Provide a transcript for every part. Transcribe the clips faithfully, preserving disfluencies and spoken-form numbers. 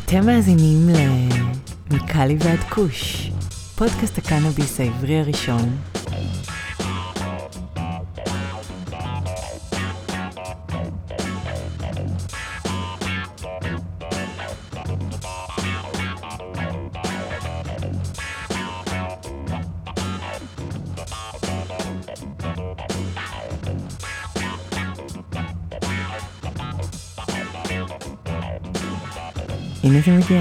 אתם מאזינים למיקלי ועד כוש, פודקאסט הקנאביס העברי הראשון. הנה זה מגיע.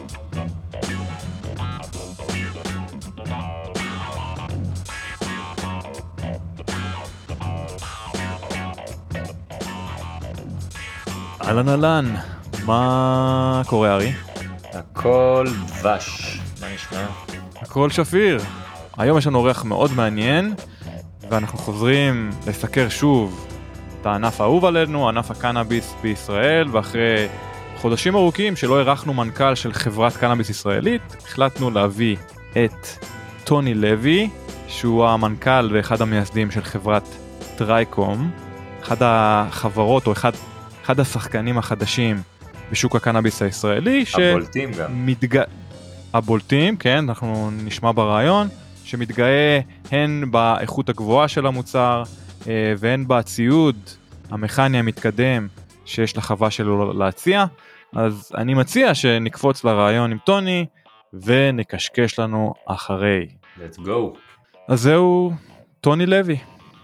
אהלן אהלן, מה קורה ארי? הכל דבש, מה נשמע? הכל שפיר. היום יש לנו אורח מאוד מעניין, ואנחנו חוזרים לסקר שוב את הענף האהוב עלינו, ענף הקנאביס בישראל, ואחרי חודשים ארוכים שלא ערכנו מנכ"ל של חברת קנאביס ישראלית, החלטנו להביא את טוני לוי, שהוא המנכ"ל ואחד המייסדים של חברת טרייקום, אחד החברות או אחד, אחד השחקנים החדשים בשוק הקנאביס הישראלי. הבולטים גם. מתג... הבולטים, כן, אנחנו נשמע ברעיון, שמתגאה הן באיכות הגבוהה של המוצר, והן בציוד המכני המתקדם שיש לחווה שלו להציע. אז אני מציע שנקפוץ לרעיון עם טוני ונקשקש לנו אחרי. Let's go. אז זהו, טוני לוי.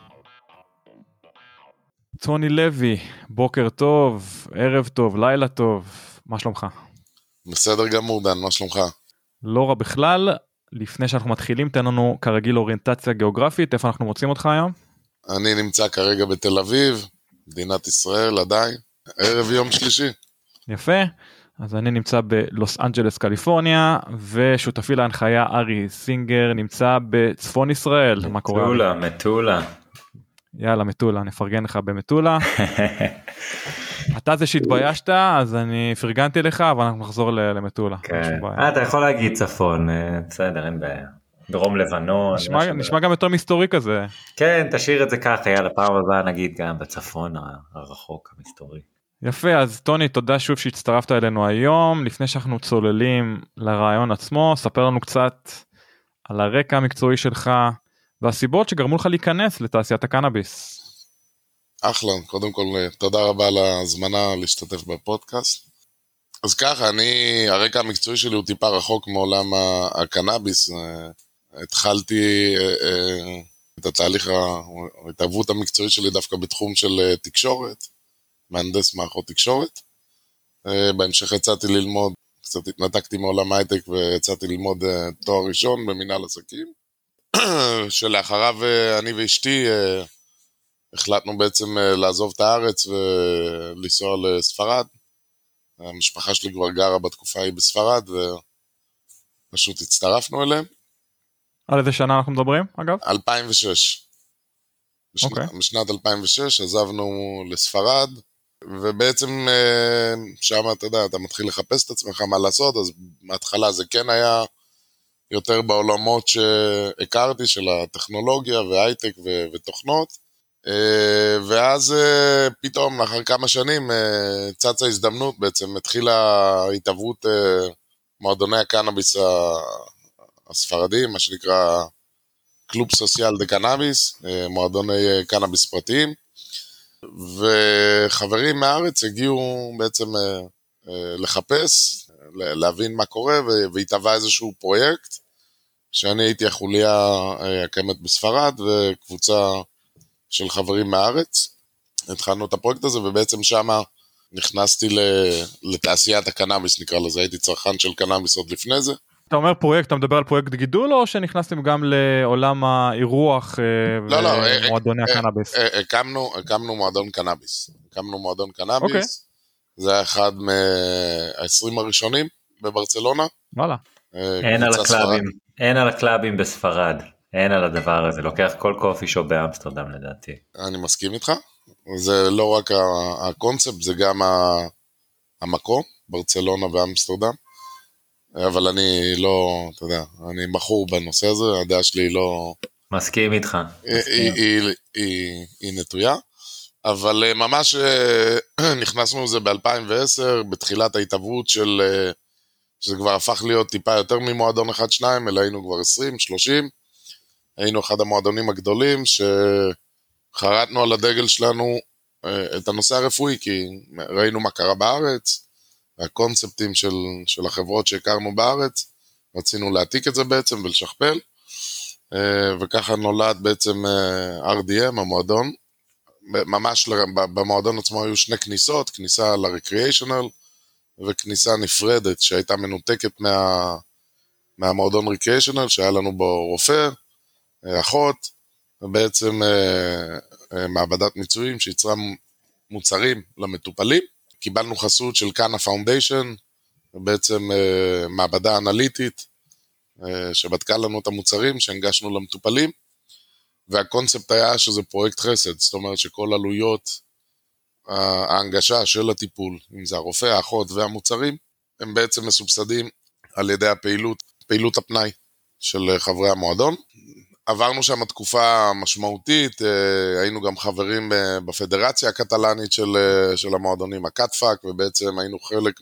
טוני לוי, בוקר טוב, ערב טוב, לילה טוב, מה שלומך? בסדר גמור דן, מה שלומך? לא רע בכלל. לפני שאנחנו מתחילים, תן לנו כרגיל אוריינטציה גיאוגרפית, איפה אנחנו מוצאים אותך היום? אני נמצא כרגע בתל אביב, מדינת ישראל עדיין, ערב יום שלישי. יפה, אז אני נמצא בלוס אנג'לס קליפורניה, ושותפי להנחיה ארי סינגר נמצא בצפון ישראל. מה קורה? מטולה, מטולה. יאללה, מטולה, נפרגן לך במטולה. אתה זה שהתביישת, אז אני פרגנתי לך, אבל אנחנו נחזור למטולה. כן, אתה יכול להגיד צפון, בסדר, אין בעיה. דרום לבנון. נשמע, נשמע גם יותר מסתורי כזה. כן, תשאיר את זה ככה, יאללה, פעם הבאה נגיד גם בצפון הרחוק המסתורי. יפה, אז טוני, תודה שוב שהצטרפת אלינו היום. לפני שאנחנו צוללים לרעיון עצמו, ספר לנו קצת על הרקע המקצועי שלך, והסיבות שגרמו לך להיכנס לתעשיית הקנאביס. אחלה, קודם כל תודה רבה על ההזמנה להשתתף בפודקאסט. אז ככה, אני, הרקע המקצועי שלי הוא טיפה רחוק מעולם הקנאביס. התחלתי את התהליך, ההתאהבות המקצועית שלי דווקא בתחום של תקשורת, מהנדס מערכות תקשורת. בהמשך יצאתי ללמוד, קצת התנתקתי מעולם הייטק ויצאתי ללמוד תואר ראשון במנהל עסקים, שלאחריו אני ואשתי החלטנו בעצם לעזוב את הארץ ולנסוע לספרד. המשפחה שלי כבר גרה בתקופה ההיא בספרד, ופשוט הצטרפנו אליהם. על איזה שנה אנחנו מדברים, אגב? אלפיים ושש. בשנה, okay. בשנת אלפיים ושש עזבנו לספרד, ובעצם שם אתה יודע, אתה מתחיל לחפש את עצמך מה לעשות, אז מההתחלה זה כן היה יותר בעולמות שהכרתי, של הטכנולוגיה והייטק ותוכנות, ואז פתאום לאחר כמה שנים צצה הזדמנות, בעצם התחילה התעברות מועדוני הקנאביס הספרדים, מה שנקרא קלוב סוציאל דה קנאביס, מועדוני קנאביס פרטיים, וחברים מהארץ הגיעו בעצם לחפש, להבין מה קורה, והתהווה איזשהו פרויקט, שאני הייתי החוליה הקיימת בספרד, וקבוצה של חברים מהארץ. התחלנו את הפרויקט הזה, ובעצם שמה נכנסתי לתעשיית הקנאביס, נקרא לזה, הייתי צרכן של קנאביס עוד לפני זה. אתה אומר פרויקט, אתה מדבר על פרויקט גידול, או שנכנסתם גם לעולם האירוח ומועדוני הקנאביס? הקמנו, הקמנו מועדון קנאביס. הקמנו מועדון קנאביס, זה היה אחד מה-עשרים הראשונים בברצלונה. וואלה. אין על הקלאבים, אין על הקלאבים בספרד, אין על הדבר הזה, לוקח כל קופי שופ באמסטרדם לדעתי. אני מסכים איתך, זה לא רק הקונספט, זה גם המקום, ברצלונה ואמסטרדם. אבל אני לא, אתה יודע, אני בחור בנושא הזה, הדעה שלי לא... מסכים איתך. היא, היא, היא, היא, היא נטויה, אבל ממש נכנסנו לזה ב-אלפיים ועשר, בתחילת ההתעברות של שזה כבר הפך להיות טיפה יותר ממועדון אחד שניים, אלא היינו כבר עשרים שלושים, היינו אחד המועדונים הגדולים, שחרטנו על הדגל שלנו את הנושא הרפואי, כי ראינו מה קרה בארץ, הקונספטים של, של החברות שהכרנו בארץ, רצינו להעתיק את זה בעצם ולשכפל, וככה נולד בעצם אר די אם, המועדון. ממש במועדון עצמו היו שני כניסות, כניסה לרקריאיישנל, וכניסה נפרדת שהייתה מנותקת מה, מהמועדון רקריאיישנל, שהיה לנו בו רופא, אחות, ובעצם מעבדת מיצויים שיצרה מוצרים למטופלים. קיבלנו חסות של קאנה פאונדיישן, בעצם מעבדה אנליטית, שבדקה לנו את המוצרים שהנגשנו למטופלים, והקונספט היה שזה פרויקט חסד, זאת אומרת שכל עלויות ההנגשה של הטיפול, אם זה הרופא, האחות והמוצרים, הם בעצם מסובסדים על ידי הפעילות, פעילות הפנאי של חברי המועדון. עברנו שם תקופה משמעותית, היינו גם חברים בפדרציה הקטלנית של, של המועדונים, הקטפק, ובעצם היינו חלק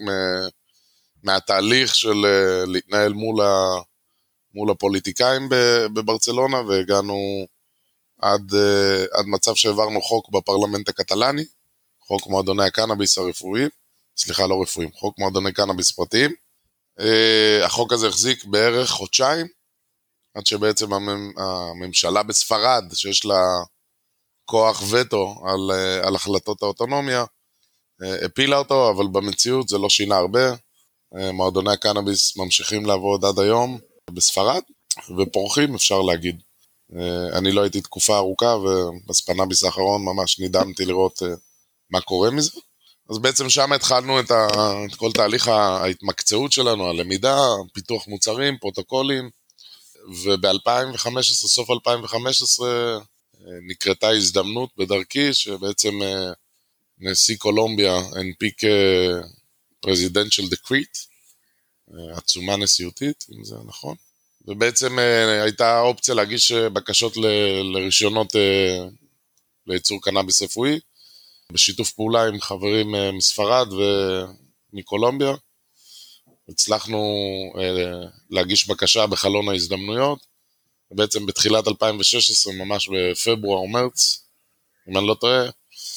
מהתהליך של להתנהל מול, ה, מול הפוליטיקאים בברצלונה, והגענו עד, עד מצב שהעברנו חוק בפרלמנט הקטלני, חוק מועדוני הקנאביס הרפואיים, סליחה לא רפואיים, חוק מועדוני קנאביס פרטיים. החוק הזה החזיק בערך חודשיים, עד שבעצם הממשלה בספרד, שיש לה כוח וטו על, על החלטות האוטונומיה, הפילה אותו, אבל במציאות זה לא שינה הרבה. מועדוני הקנאביס ממשיכים לעבוד עד היום בספרד, ופורחים אפשר להגיד. אני לא הייתי תקופה ארוכה, ובספנאביס האחרון ממש נדהמתי לראות מה קורה מזה. אז בעצם שם התחלנו את, ה, את כל תהליך ההתמקצעות שלנו, הלמידה, פיתוח מוצרים, פרוטוקולים, וב-אלפיים וחמש עשרה, סוף אלפיים וחמש עשרה, נקרתה הזדמנות בדרכי, שבעצם נשיא קולומביה הנפיק presidential decree, עצומה נשיאותית, אם זה נכון, ובעצם הייתה אופציה להגיש בקשות ל- לרישיונות לייצור קנאביס רפואי, בשיתוף פעולה עם חברים מספרד ומקולומביה, הצלחנו להגיש בקשה בחלון ההזדמנויות, ובעצם בתחילת אלפיים ושש עשרה, ממש בפברואר או מרץ, אם אני לא טועה,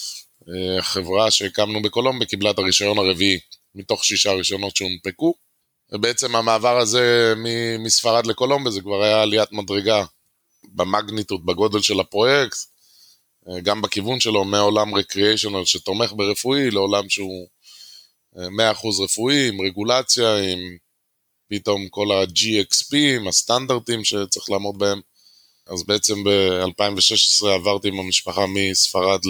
החברה שהקמנו בקולומביה קיבלה את הרישיון הרביעי, מתוך שישה רישיונות שהונפקו, ובעצם המעבר הזה מספרד לקולומביה, זה כבר היה עליית מדרגה במגניטות, בגודל של הפרויקט, גם בכיוון שלו, מעולם רקריאיישנל שתומך ברפואי, לעולם שהוא מאה אחוז רפואי, עם רגולציה, עם פתאום כל ה-ג'י אקס פי, עם הסטנדרטים שצריך לעמוד בהם. אז בעצם ב-אלפיים ושש עשרה עברתי עם המשפחה מספרד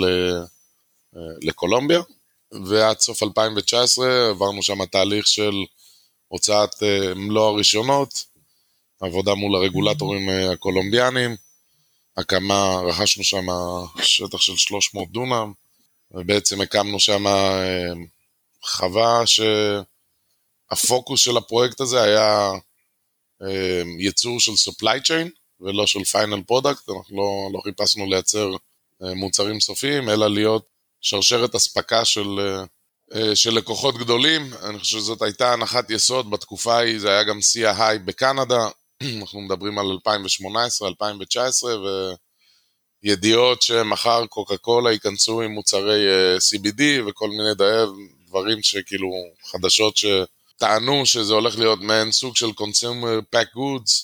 לקולומביה, ועד סוף אלפיים ותשע עשרה עברנו שם תהליך של הוצאת מלוא הרישיונות, עבודה מול הרגולטורים הקולומביאנים, הקמה, רכשנו שם שטח של שלוש מאות דונם, ובעצם הקמנו שם חווה שהפוקוס של הפרויקט הזה היה ייצור של supply chain, ולא של final product, אנחנו לא, לא חיפשנו לייצר מוצרים סופיים, אלא להיות שרשרת הספקה של, של לקוחות גדולים. אני חושב שזאת הייתה הנחת יסוד בתקופה ההיא, זה היה גם שיא ההיי בקנדה, אנחנו מדברים על אלפיים שמונה עשרה אלפיים תשע עשרה, וידיעות שמחר קוקה קולה ייכנסו עם מוצרי סי בי די, וכל מיני דברים שכאילו חדשות שטענו שזה הולך להיות מעין סוג של consumer pack goods,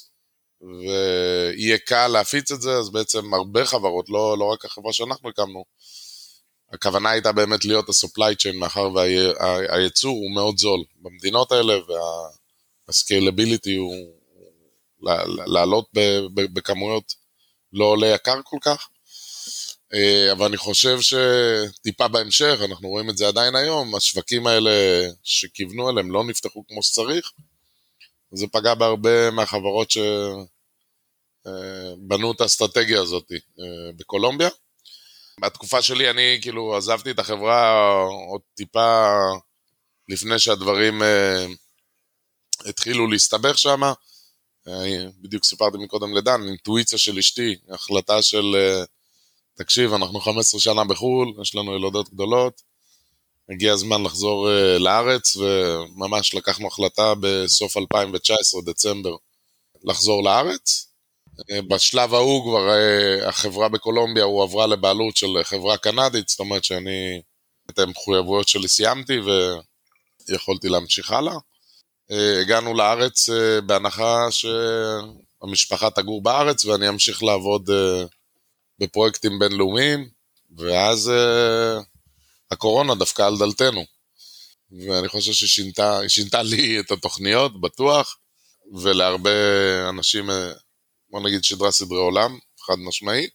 ויהיה קל להפיץ את זה. אז בעצם הרבה חברות, לא, לא רק החברה שאנחנו הקמנו, הכוונה הייתה באמת להיות ה-supply chain, מאחר והייצור הוא מאוד זול במדינות האלה, וה-scalability הוא לעלות בכמויות לא עולה יקר כל כך. אבל אני חושב שטיפה בהמשך, אנחנו רואים את זה עדיין היום, השווקים האלה שכיוונו אליהם לא נפתחו כמו שצריך, זה פגע בהרבה מהחברות שבנו את האסטרטגיה הזאת בקולומביה. בתקופה שלי אני כאילו עזבתי את החברה עוד טיפה לפני שהדברים התחילו להסתבך שם, בדיוק סיפרתי מקודם לדן, אינטואיציה של אשתי, החלטה של תקשיב, אנחנו חמש עשרה שנה בחול, יש לנו ילדות גדולות, הגיע הזמן לחזור לארץ, וממש לקחנו החלטה בסוף אלפיים תשע עשרה, דצמבר, לחזור לארץ. בשלב ההוא כבר החברה בקולומביה הועברה לבעלות של חברה קנדית, זאת אומרת שאני את המחויבויות שלי סיימתי ויכולתי להמשיך הלאה. הגענו לארץ בהנחה שהמשפחה תגור בארץ ואני אמשיך לעבוד בפרויקטים בינלאומיים, ואז הקורונה דווקא על דלתנו, ואני חושב ששינתה שינתה לי את התוכניות, בטוח, ולהרבה אנשים, בוא נגיד, שדרה סדרי עולם, חד משמעי,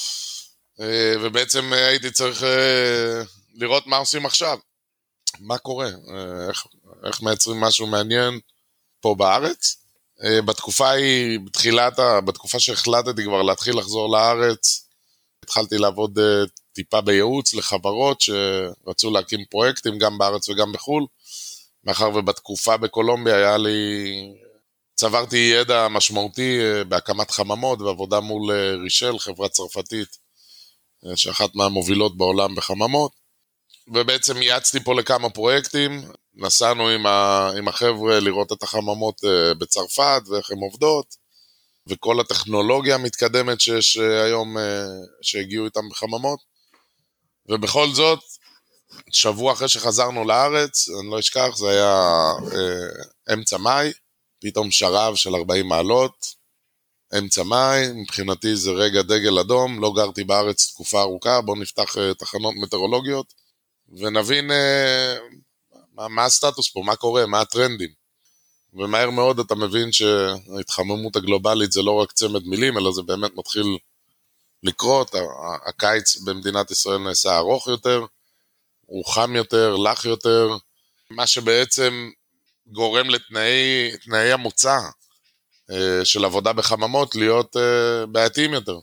ובעצם הייתי צריך לראות מה עושים עכשיו, מה קורה, איך, איך מייצרים משהו מעניין פה בארץ. בתקופה היא, בתחילת, בתקופה שהחלטתי כבר להתחיל לחזור לארץ, התחלתי לעבוד טיפה בייעוץ לחברות שרצו להקים פרויקטים גם בארץ וגם בחול, מאחר ובתקופה בקולומביה היה לי, צברתי ידע משמעותי בהקמת חממות ועבודה מול רישל, חברה צרפתית, שאחת מהמובילות בעולם בחממות, ובעצם יעצתי פה לכמה פרויקטים, נסענו עם, ה, עם החבר'ה לראות את החממות בצרפת ואיך הן עובדות, וכל הטכנולוגיה המתקדמת שיש היום שהגיעו איתם בחממות, ובכל זאת, שבוע אחרי שחזרנו לארץ, אני לא אשכח, זה היה אה, אמצע מאי, פתאום שרב של ארבעים מעלות, אמצע מאי, מבחינתי זה רגע דגל אדום, לא גרתי בארץ תקופה ארוכה, בואו נפתח אה, תחנות מטאורולוגיות, ונבין אה, מה, מה הסטטוס פה, מה קורה, מה הטרנדים. ומהר מאוד אתה מבין שההתחממות הגלובלית זה לא רק צמד מילים, אלא זה באמת מתחיל לקרות, הקיץ במדינת ישראל נעשה ארוך יותר, הוא חם יותר, לח יותר, מה שבעצם גורם לתנאי תנאי המוצא של עבודה בחממות להיות בעייתיים יותר.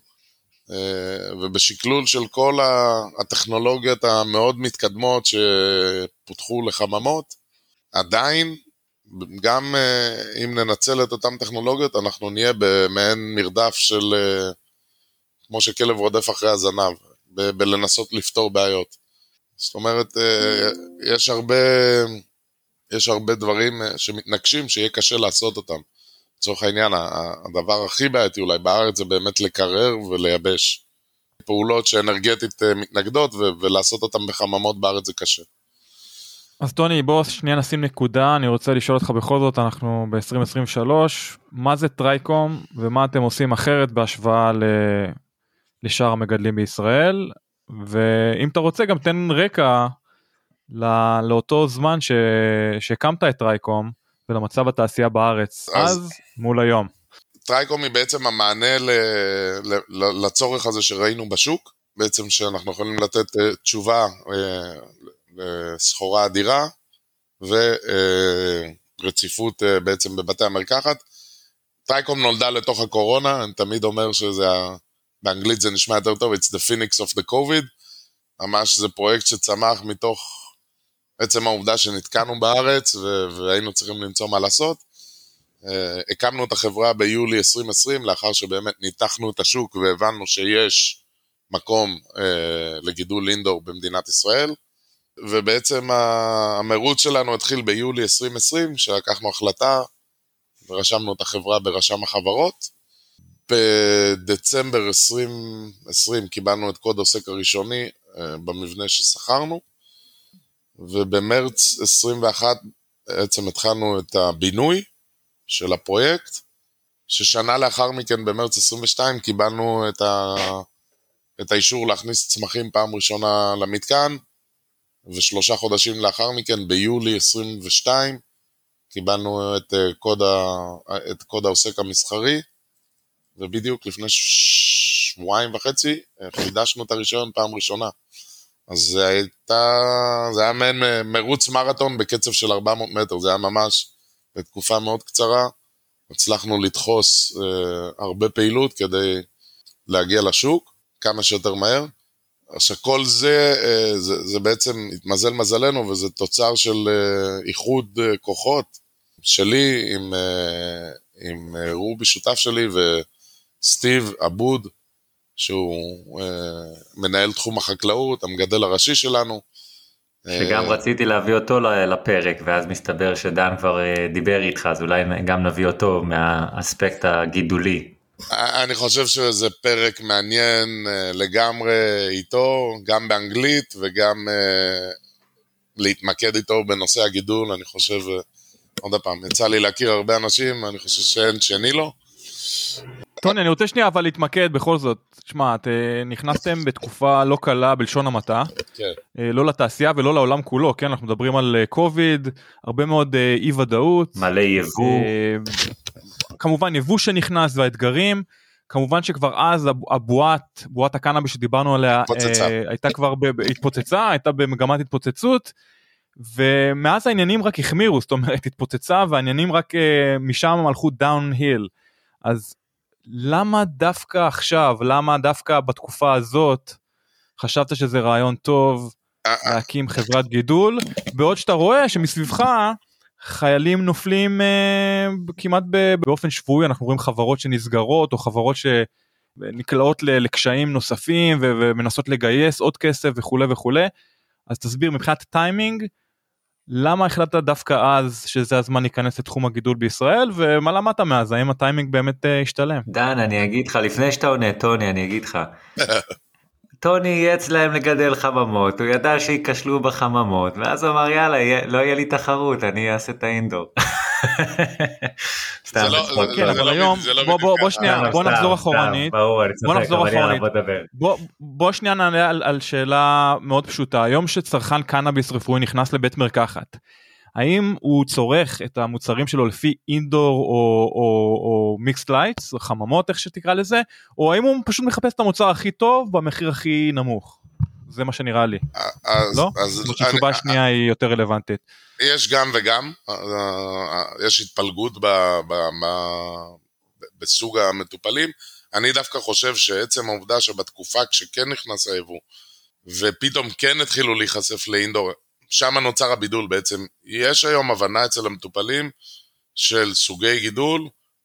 ובשקלול של כל הטכנולוגיות המאוד מתקדמות שפותחו לחממות, עדיין, גם אם ננצל את אותן טכנולוגיות, אנחנו נהיה במעין מרדף של, כמו שכלב רודף אחרי הזנב, ב- בלנסות לפתור בעיות. זאת אומרת, יש הרבה, יש הרבה דברים שמתנגשים, שיהיה קשה לעשות אותם. לצורך העניין, הדבר הכי בעייתי אולי בארץ זה באמת לקרר ולייבש. פעולות שאנרגטית מתנגדות, ו- ולעשות אותם בחממות בארץ זה קשה. אז טוני, בוא שנייה נשים נקודה, אני רוצה לשאול אותך בכל זאת, אנחנו ב-עשרים עשרים ושלוש, מה זה טרייקום ומה אתם עושים אחרת בהשוואה ל... לשאר המגדלים בישראל, ואם אתה רוצה גם תן רקע לא... לאותו זמן ש... שהקמת את טרייקום, ולמצב התעשייה בארץ, אז, אז מול היום. טרייקום היא בעצם המענה ל... ל... לצורך הזה שראינו בשוק, בעצם שאנחנו יכולים לתת תשובה לסחורה אדירה, ורציפות בעצם בבתי המרקחת. טרייקום נולדה לתוך הקורונה, אני תמיד אומר שזה, באנגלית זה נשמע יותר טוב, it's the phoenix of the COVID, ממש זה פרויקט שצמח מתוך בעצם העובדה שנתקענו בארץ, והיינו צריכים למצוא מה לעשות. הקמנו את החברה ביולי עשרים עשרים, לאחר שבאמת ניתחנו את השוק, והבנו שיש מקום לגידול אינדור במדינת ישראל, ובעצם המרוץ שלנו התחיל ביולי עשרים עשרים, שלקחנו החלטה ורשמנו את החברה ברשם החברות. בדצמבר עשרים עשרים קיבלנו את קוד עוסק הראשוני במבנה ששכרנו, ובמרץ עשרים ואחת בעצם התחלנו את הבינוי של הפרויקט, ששנה לאחר מכן במרץ עשרים ושתיים קיבלנו את, ה... את האישור להכניס צמחים פעם ראשונה למתקן, ושלושה חודשים לאחר מכן, ביולי עשרים ושתיים, קיבלנו את קוד, ה... את קוד העוסק המסחרי, ובדיוק לפני שבועיים וחצי, חידשנו את הרישיון פעם ראשונה. אז זה הייתה, זה היה מעין מרוץ מרתון בקצב של ארבע מאות מטר, זה היה ממש בתקופה מאוד קצרה, הצלחנו לדחוס אה, הרבה פעילות כדי להגיע לשוק, כמה שיותר מהר. עכשיו כל זה, אה, זה, זה בעצם התמזל מזלנו, וזה תוצר של אה, איחוד אה, כוחות שלי עם, אה, עם אה, רובי שותף שלי וסטיב אבוד, שהוא אה, מנהל תחום החקלאות, המגדל הראשי שלנו, שגם רציתי להביא אותו לפרק, ואז מסתבר שדן כבר דיבר איתך, אז אולי גם נביא אותו מהאספקט הגידולי. אני חושב שזה פרק מעניין לגמרי איתו, גם באנגלית וגם להתמקד איתו בנושא הגידול. אני חושב, עוד פעם, יצא לי להכיר הרבה אנשים, אני חושב שאין שני לו. טוני, אני רוצה שנייה אבל להתמקד בכל זאת. שמע, נכנסתם בתקופה לא קלה בלשון המעטה, כן. לא לתעשייה ולא לעולם כולו, כן? אנחנו מדברים על קוביד, הרבה מאוד אי ודאות. מלא יבוא. כמובן יבוא שנכנס והאתגרים, כמובן שכבר אז הבועת, בועת הקנאביס שדיברנו עליה, הייתה כבר התפוצצה, הייתה במגמת התפוצצות, ומאז העניינים רק החמירו, זאת אומרת, התפוצצה, והעניינים רק משם הלכו דאון-היל. אז למה דווקא עכשיו, למה דווקא בתקופה הזאת, חשבת שזה רעיון טוב להקים חברת גידול, בעוד שאתה רואה שמסביבך חיילים נופלים אה, כמעט באופן שבועי, אנחנו רואים חברות שנסגרות, או חברות שנקלעות לקשיים נוספים, ומנסות לגייס עוד כסף וכו' וכו'. אז תסביר מבחינת טיימינג, למה החלטת דווקא אז שזה הזמן להיכנס לתחום הגידול בישראל, ומה למדת מאז? האם הטיימינג באמת השתלם? דן, אני אגיד לך, לפני שאתה עונה, טוני, אני אגיד לך, טוני ייעץ להם לגדל חממות, הוא ידע שיקשלו בחממות, ואז הוא אמר, יאללה, לא יהיה לי תחרות, אני אעשה את האינדור. סתם, כן, אבל היום, בוא שנייה, בוא נחזור אחורנית, בוא נחזור אחורנית, בוא שנייה נענה על שאלה מאוד פשוטה, היום שצרכן קנאביס רפואי נכנס לבית מרקחת, האם הוא צורך את המוצרים שלו לפי אינדור או מיקסד לייטס, חממות, איך שתקרא לזה, או האם הוא פשוט מחפש את המוצר הכי טוב במחיר הכי נמוך? זה מה שנראה לי. לא? זאת התשובה השנייה היא יותר רלוונטית. יש גם וגם, יש התפלגות בסוג המטופלים. אני דווקא חושב שעצם העובדה שבתקופה כשכן נכנס היבוא, ופתאום כן התחילו להיחשף לאינדור, שם נוצר הבידול בעצם. יש היום הבנה אצל המטופלים של סוגי גידול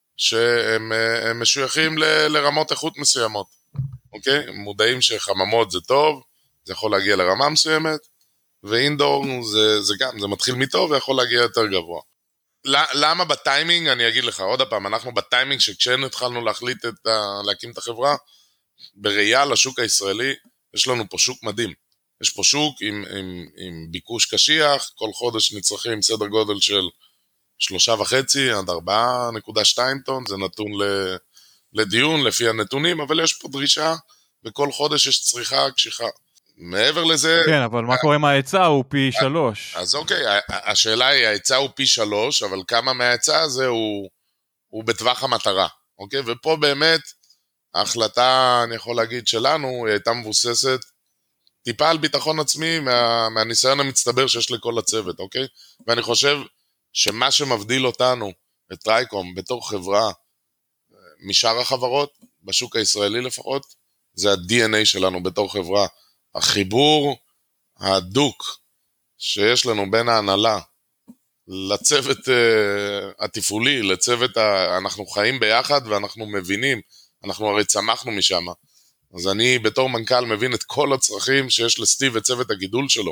שהם משויכים ל, לרמות איכות מסוימות. אוקיי? מודעים שחממות זה טוב, זה יכול להגיע לרמה מסוימת, ואינדור זה, זה גם, זה מתחיל מטוב ויכול להגיע יותר גבוה. למה בטיימינג? אני אגיד לך עוד הפעם, אנחנו בטיימינג שכשן התחלנו להחליט את ה, להקים את החברה, בראייה לשוק הישראלי, יש לנו פה שוק מדהים. יש פה שוק עם, עם, עם ביקוש קשיח, כל חודש נצרכים סדר גודל של שלושה וחצי עד ארבעה נקודה שתיים טון, זה נתון לדיון לפי הנתונים, אבל יש פה דרישה, וכל חודש יש צריכה קשיחה. מעבר לזה... כן, אבל מה קורה עם ההיצע? הוא פי שלוש. אז אוקיי, השאלה היא, ההיצע הוא פי שלוש, אבל כמה מההיצע הזה הוא, הוא בטווח המטרה, אוקיי? ופה באמת, ההחלטה, אני יכול להגיד שלנו, היא הייתה מבוססת, טיפה על ביטחון עצמי מה, מהניסיון המצטבר שיש לכל הצוות, אוקיי? ואני חושב שמה שמבדיל אותנו, את טרייקום, בתור חברה, משאר החברות, בשוק הישראלי לפחות, זה ה-די אן איי שלנו בתור חברה. החיבור הדוק שיש לנו בין ההנהלה לצוות uh, התפעולי, לצוות, ה... אנחנו חיים ביחד ואנחנו מבינים, אנחנו הרי צמחנו משם. אז אני בתור מנכ"ל מבין את כל הצרכים שיש לסטיב וצוות הגידול שלו.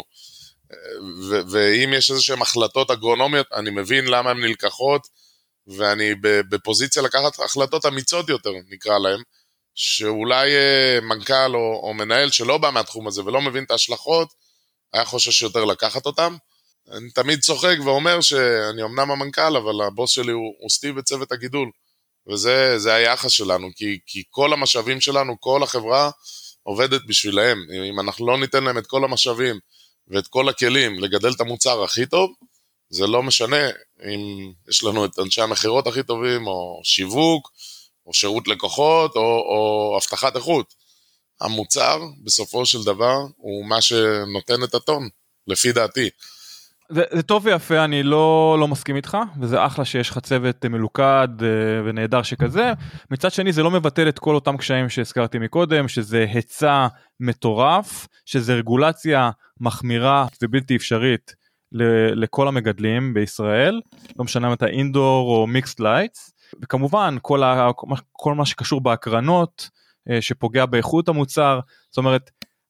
ו- ואם יש איזה שהן החלטות אגרונומיות, אני מבין למה הן נלקחות, ואני בפוזיציה לקחת החלטות אמיצות יותר, נקרא להם, שאולי מנכ"ל או, או מנהל שלא בא מהתחום הזה ולא מבין את ההשלכות, היה חושש יותר לקחת אותם. אני תמיד צוחק ואומר שאני אמנם המנכ"ל, אבל הבוס שלי הוא, הוא סטיב וצוות הגידול, וזה זה היחס שלנו, כי, כי כל המשאבים שלנו, כל החברה עובדת בשבילהם. אם אנחנו לא ניתן להם את כל המשאבים ואת כל הכלים לגדל את המוצר הכי טוב, זה לא משנה אם יש לנו את אנשי המחירות הכי טובים, או שיווק, או שירות לקוחות, או, או הבטחת איכות. המוצר, בסופו של דבר, הוא מה שנותן את הטון, לפי דעתי. זה, זה טוב ויפה, אני לא, לא מסכים איתך, וזה אחלה שיש לך צוות מלוכד ונהדר שכזה. מצד שני, זה לא מבטל את כל אותם קשיים שהזכרתי מקודם, שזה היצע מטורף, שזה רגולציה מחמירה ובלתי אפשרית לכל המגדלים בישראל, לא משנה אם אתה אינדור או מיקסד לייטס, וכמובן כל, ה, כל מה שקשור בהקרנות, שפוגע באיכות המוצר, זאת אומרת,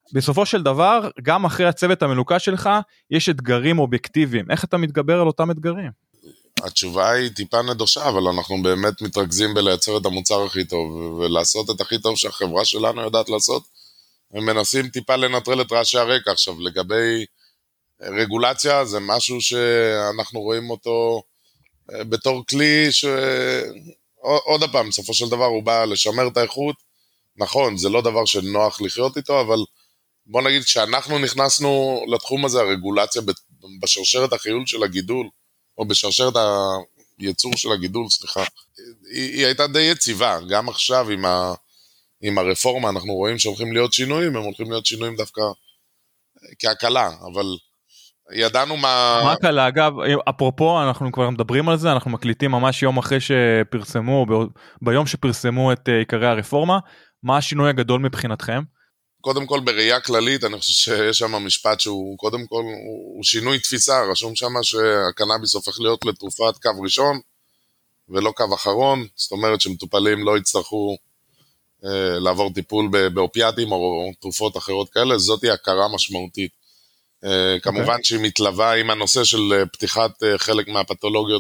בסופו של דבר, גם אחרי הצוות המלוקה שלך, יש אתגרים אובייקטיביים. איך אתה מתגבר על אותם אתגרים? התשובה היא טיפה נדושה, אבל אנחנו באמת מתרכזים בלייצר את המוצר הכי טוב, ולעשות את הכי טוב שהחברה שלנו יודעת לעשות. הם מנסים טיפה לנטרל את רעשי הרקע. עכשיו, לגבי רגולציה, זה משהו שאנחנו רואים אותו בתור כלי ש... עוד הפעם, בסופו של דבר הוא בא לשמר את האיכות. נכון, זה לא דבר שנוח לחיות איתו, אבל בוא נגיד שאנחנו נכנסנו לתחום הזה, הרגולציה בשרשרת החיול של הגידול, או בשרשרת הייצור של הגידול, סליחה, היא, היא הייתה די יציבה. גם עכשיו עם, ה, עם הרפורמה אנחנו רואים שהולכים להיות שינויים, הם הולכים להיות שינויים דווקא כהקלה, אבל ידענו מה... מה הקלה? אגב, אפרופו, אנחנו כבר מדברים על זה, אנחנו מקליטים ממש יום אחרי שפרסמו, ביום שפרסמו את עיקרי הרפורמה, מה השינוי הגדול מבחינתכם? קודם כל בראייה כללית, אני חושב שיש שם משפט שהוא קודם כל, הוא שינוי תפיסה, רשום שם שהקנאביס הופך להיות לתרופת קו ראשון, ולא קו אחרון, זאת אומרת שמטופלים לא יצטרכו אה, לעבור טיפול באופיאטים או תרופות אחרות כאלה, זאת היא הכרה משמעותית. אה, okay. כמובן שהיא מתלווה עם הנושא של פתיחת אה, חלק מהפתולוגיות,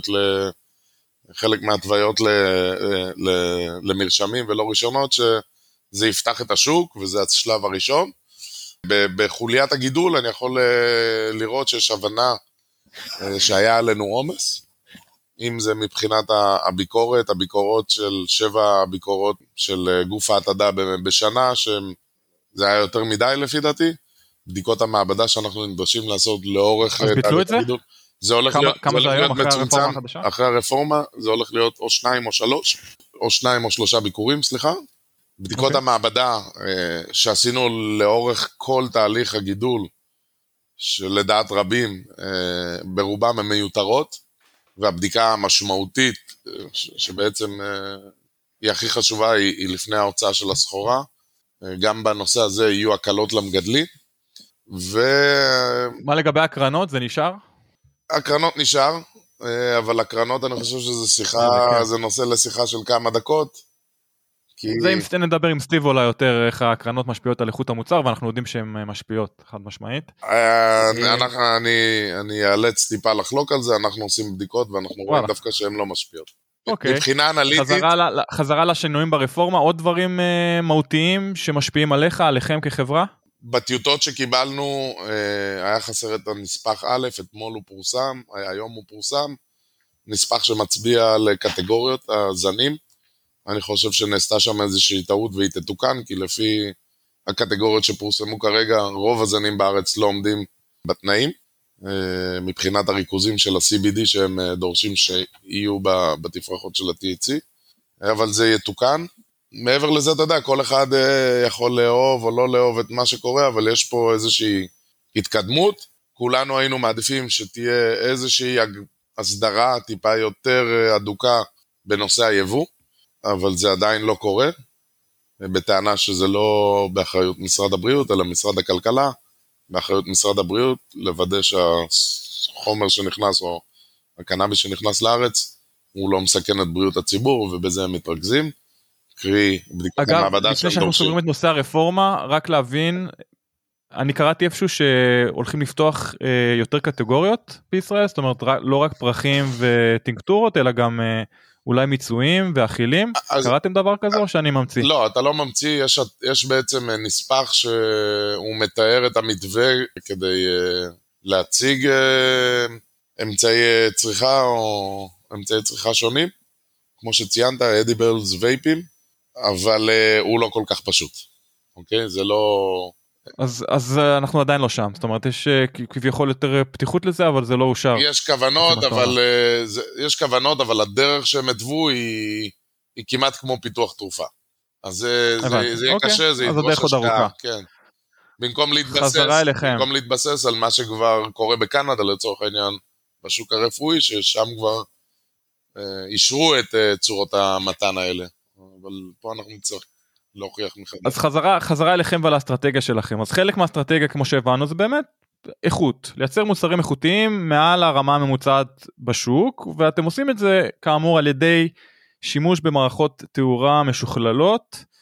חלק מהתוויות ל, אה, ל, למרשמים ולא רישיונות, ש... זה יפתח את השוק, וזה השלב הראשון. בחוליית הגידול אני יכול לראות שיש הבנה שהיה עלינו עומס, אם זה מבחינת הביקורת, הביקורות של שבע הביקורות של גוף ההתעדה בשנה, שזה היה יותר מדי לפי דעתי, בדיקות המעבדה שאנחנו נדרשים לעשות לאורך... אז ביטלו את זה? הגידול. זה הולך כמה, להיות, כמה זה הולך להיות מצומצם, אחרי, אחרי הרפורמה, זה הולך להיות או שניים או שלוש, או שניים או שלושה ביקורים, סליחה. בדיקות okay. המעבדה uh, שעשינו לאורך כל תהליך הגידול, שלדעת רבים, uh, ברובם הן מיותרות, והבדיקה המשמעותית, uh, ש- שבעצם uh, היא הכי חשובה, היא, היא לפני ההוצאה של הסחורה, uh, גם בנושא הזה יהיו הקלות למגדלים, ו... מה לגבי הקרנות? זה נשאר? הקרנות נשאר, uh, אבל הקרנות אני חושב שזה שיחה, זה נושא לשיחה של כמה דקות, זה אם נדבר עם סטיב אולי יותר איך הקרנות משפיעות על איכות המוצר, ואנחנו יודעים שהן משפיעות חד משמעית. אני אאלץ טיפה לחלוק על זה, אנחנו עושים בדיקות ואנחנו רואים דווקא שהן לא משפיעות. מבחינה אנליטית... חזרה לשינויים ברפורמה, עוד דברים מהותיים שמשפיעים עליך, עליכם כחברה? בטיוטות שקיבלנו היה חסר את הנספח א', אתמול הוא פורסם, היום הוא פורסם, נספח שמצביע על קטגוריות הזנים, אני חושב שנעשתה שם איזושהי טעות והיא תתוקן, כי לפי הקטגוריות שפורסמו כרגע, רוב הזנים בארץ לא עומדים בתנאים, מבחינת הריכוזים של ה-סי בי די שהם דורשים שיהיו בתפרחות של ה-טי אייץ' סי, אבל זה יתוקן. מעבר לזה, אתה יודע, כל אחד יכול לאהוב או לא לאהוב את מה שקורה, אבל יש פה איזושהי התקדמות, כולנו היינו מעדיפים שתהיה איזושהי הסדרה טיפה יותר אדוקה בנושא היבוא, אבל זה עדיין לא קורה, בטענה שזה לא באחריות משרד הבריאות, אלא משרד הכלכלה, באחריות משרד הבריאות, לוודא שהחומר שנכנס, או הקנאביס שנכנס לארץ, הוא לא מסכן את בריאות הציבור, ובזה הם מתרכזים, קרי בדיקות המעבדה. אגב, לפני שאנחנו סוגרים את נושא הרפורמה, רק להבין, אני קראתי איפשהו שהולכים לפתוח אה, יותר קטגוריות בישראל, זאת אומרת, לא רק פרחים וטינקטורות, אלא גם... אה, אולי מיצויים ואכילים? אז, קראתם דבר כזה או שאני ממציא? לא, אתה לא ממציא, יש, יש בעצם נספח שהוא מתאר את המתווה כדי uh, להציג uh, אמצעי צריכה או אמצעי צריכה שונים, כמו שציינת, אדיבלס וייפים, אבל uh, הוא לא כל כך פשוט, אוקיי? זה לא... אז, אז אנחנו עדיין לא שם, זאת אומרת, יש כביכול יותר פתיחות לזה, אבל זה לא אושר. יש כוונות, אבל, זה, יש כוונות, אבל הדרך שהם הטבו היא, היא כמעט כמו פיתוח תרופה. אז זה, זה, זה יהיה אוקיי. קשה, זה ידרוש השקעה. כן. במקום להתבסס, במקום להתבסס על מה שכבר קורה בקנדה, לצורך העניין, בשוק הרפואי, ששם כבר אה, אישרו את אה, צורות המתן האלה. אבל פה אנחנו נצטרך להוכיח מחדש. אז חזרה, חזרה אליכם ועל האסטרטגיה שלכם. אז חלק מהאסטרטגיה, כמו שהבנו, זה באמת איכות. לייצר מוצרים איכותיים מעל הרמה הממוצעת בשוק, ואתם עושים את זה, כאמור, על ידי שימוש במערכות תאורה משוכללות.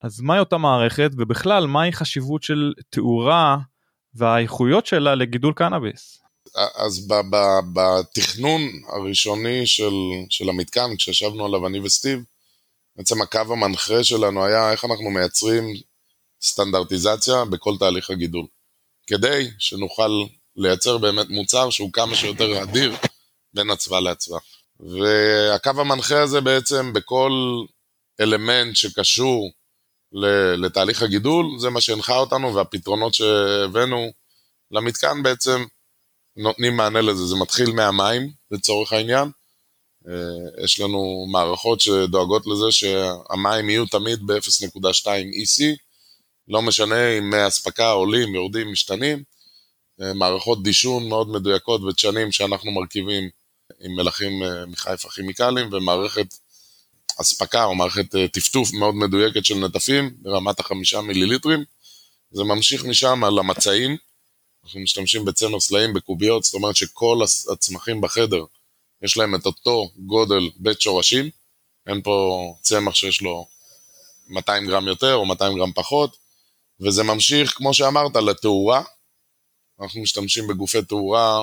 אז מהי אותה מערכת, ובכלל מהי חשיבות של תאורה והאיכויות שלה לגידול קנאביס? אז ב- ב- בתכנון הראשוני של, של המתקן, כשישבנו עליו אני וסטיב, בעצם הקו המנחה שלנו היה איך אנחנו מייצרים סטנדרטיזציה בכל תהליך הגידול, כדי שנוכל לייצר באמת מוצר שהוא כמה שיותר אדיר בין הצבא להצבא. והקו המנחה הזה בעצם בכל אלמנט שקשור לתהליך הגידול, זה מה שהנחה אותנו, והפתרונות שהבאנו למתקן בעצם נותנים מענה לזה. זה מתחיל מהמים לצורך העניין, יש לנו מערכות שדואגות לזה שהמים יהיו תמיד ב-אפס נקודה שתיים אי סי, לא משנה אם מהספקה עולים, יורדים, משתנים, מערכות דישון מאוד מדויקות ודשנים שאנחנו מרכיבים עם מלחים מחיפה כימיקלים, ומערכת הספקה או מערכת טפטוף מאוד מדויקת של נטפים ברמת החמישה מיליליטרים. זה ממשיך משם על המצעים, אנחנו משתמשים בצמר סלעים בקוביות, זאת אומרת שכל הצמחים בחדר יש להם את אותו גודל בית שורשים, אין פה צמח שיש לו מאתיים גרם יותר או מאתיים גרם פחות, וזה ממשיך כמו שאמרת לתאורה, אנחנו משתמשים בגופי תאורה,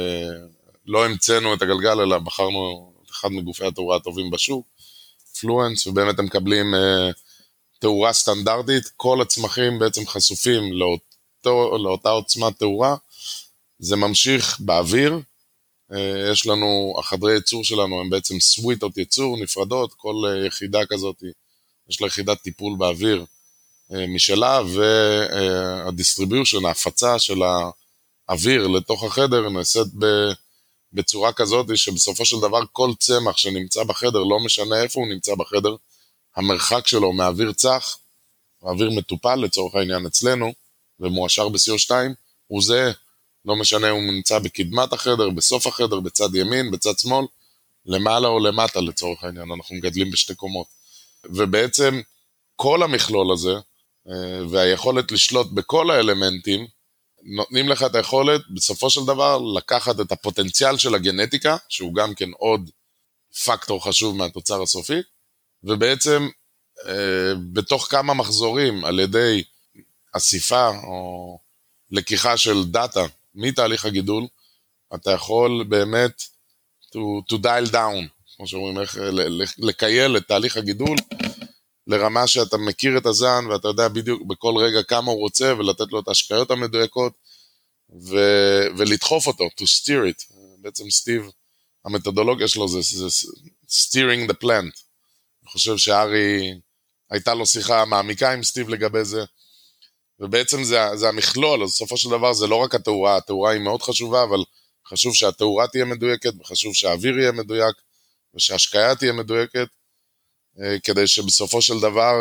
לא המצאנו את הגלגל אלא בחרנו את אחד מגופי התאורה הטובים בשוק, פלואנס, ובאמת הם מקבלים תאורה סטנדרטית, כל הצמחים בעצם חשופים לאותו, לאותה עוצמת תאורה, זה ממשיך באוויר, יש לנו, החדרי ייצור שלנו הם בעצם סוויטות ייצור נפרדות, כל יחידה כזאת יש לה יחידת טיפול באוויר משלה, והדיסטריביושן, ההפצה של האוויר לתוך החדר נעשית בצורה כזאת שבסופו של דבר כל צמח שנמצא בחדר, לא משנה איפה הוא נמצא בחדר, המרחק שלו מאוויר צח, האוויר מטופל לצורך העניין אצלנו, ומואשר ב-סי או שתיים, הוא זה, לא משנה הוא נמצא בקדמת החדר, בסוף החדר, בצד ימין, בצד שמאל, למעלה או למטה לצורך העניין, אנחנו מגדלים בשתי קומות. ובעצם כל המכלול הזה, והיכולת לשלוט בכל האלמנטים, נותנים לך את היכולת בסופו של דבר לקחת את הפוטנציאל של הגנטיקה, שהוא גם כן עוד פקטור חשוב מהתוצר הסופי, ובעצם אה, בתוך כמה מחזורים על ידי אסיפה או לקיחה של דאטה מתהליך הגידול, אתה יכול באמת to, to dial down, כמו שאומרים, איך, לקייל את תהליך הגידול, לרמה שאתה מכיר את הזן, ואתה יודע בדיוק בכל רגע כמה הוא רוצה, ולתת לו את ההשקעות המדויקות, ו, ולדחוף אותו, to steer it. בעצם סטיב, המתודולוגיה שלו זה, זה steering the plant. אני חושב שארי, הייתה לו שיחה מעמיקה עם סטיב לגבי זה, ובעצם זה, זה המכלול, אז בסופו של דבר זה לא רק התאורה, התאורה היא מאוד חשובה, אבל חשוב שהתאורה תהיה מדויקת, וחשוב שהאוויר יהיה מדויק, ושההשקעה תהיה מדויקת, כדי שבסופו של דבר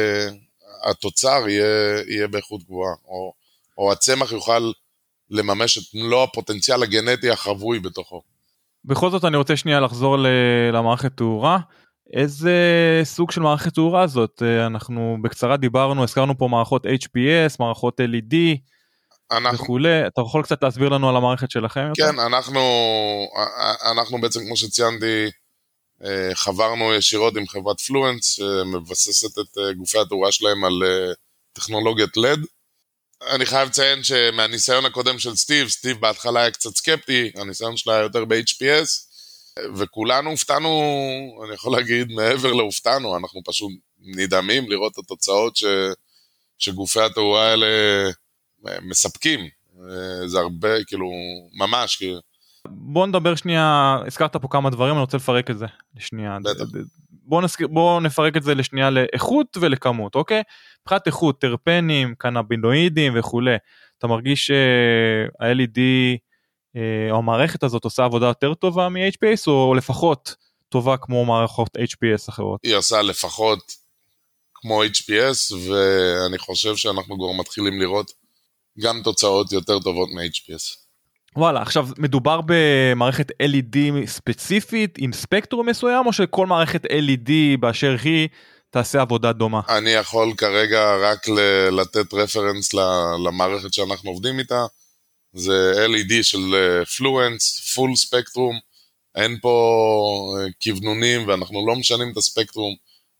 התוצר יהיה, יהיה באיכות גבוהה, או, או הצמח יוכל לממש את מלוא הפוטנציאל הגנטי החבוי בתוכו. בכל זאת אני רוצה שנייה לחזור למערכת תאורה, איזה סוג של מערכת תאורה הזאת? אנחנו בקצרה דיברנו, הזכרנו פה מערכות אייץ' פי אס, מערכות אל אי די אנחנו... וכולי, אתה יכול קצת להסביר לנו על המערכת שלכם? כן, יותר? אנחנו, אנחנו בעצם כמו שציינתי, חברנו ישירות עם חברת פלואנס, שמבססת את גופי התאורה שלהם על טכנולוגיית לד. אני חייב לציין שמהניסיון הקודם של סטיב, סטיב בהתחלה היה קצת סקפטי, הניסיון שלה היה יותר ב-אייץ' פי אס, וכולנו הופתענו, אני יכול להגיד מעבר להופתענו, אנחנו פשוט נדהמים לראות את התוצאות ש, שגופי התאורה האלה מספקים. זה הרבה, כאילו, ממש, כאילו, בוא נדבר שנייה, הזכרת פה כמה דברים, אני רוצה לפרק את זה לשנייה. בוא, נזכיר, בוא נפרק את זה לשנייה לאיכות ולכמות, אוקיי? מבחינת איכות, טרפנים, קנבינואידים וכו'. אתה מרגיש שה-אל אי די או המערכת הזאת עושה עבודה יותר טובה מ-אייץ' פי אס, או לפחות טובה כמו מערכות אייץ' פי אס אחרות? היא עושה לפחות כמו אייץ' פי אס, ואני חושב שאנחנו כבר מתחילים לראות גם תוצאות יותר טובות מ-אייץ' פי אס. וואלה, עכשיו מדובר במערכת אל אי די ספציפית עם ספקטרום מסוים, או שכל מערכת אל אי די באשר היא תעשה עבודה דומה? אני יכול כרגע רק לתת רפרנס למערכת שאנחנו עובדים איתה, זה אל אי די של פלואנס, פול ספקטרום, אין פה כיוונונים ואנחנו לא משנים את הספקטרום,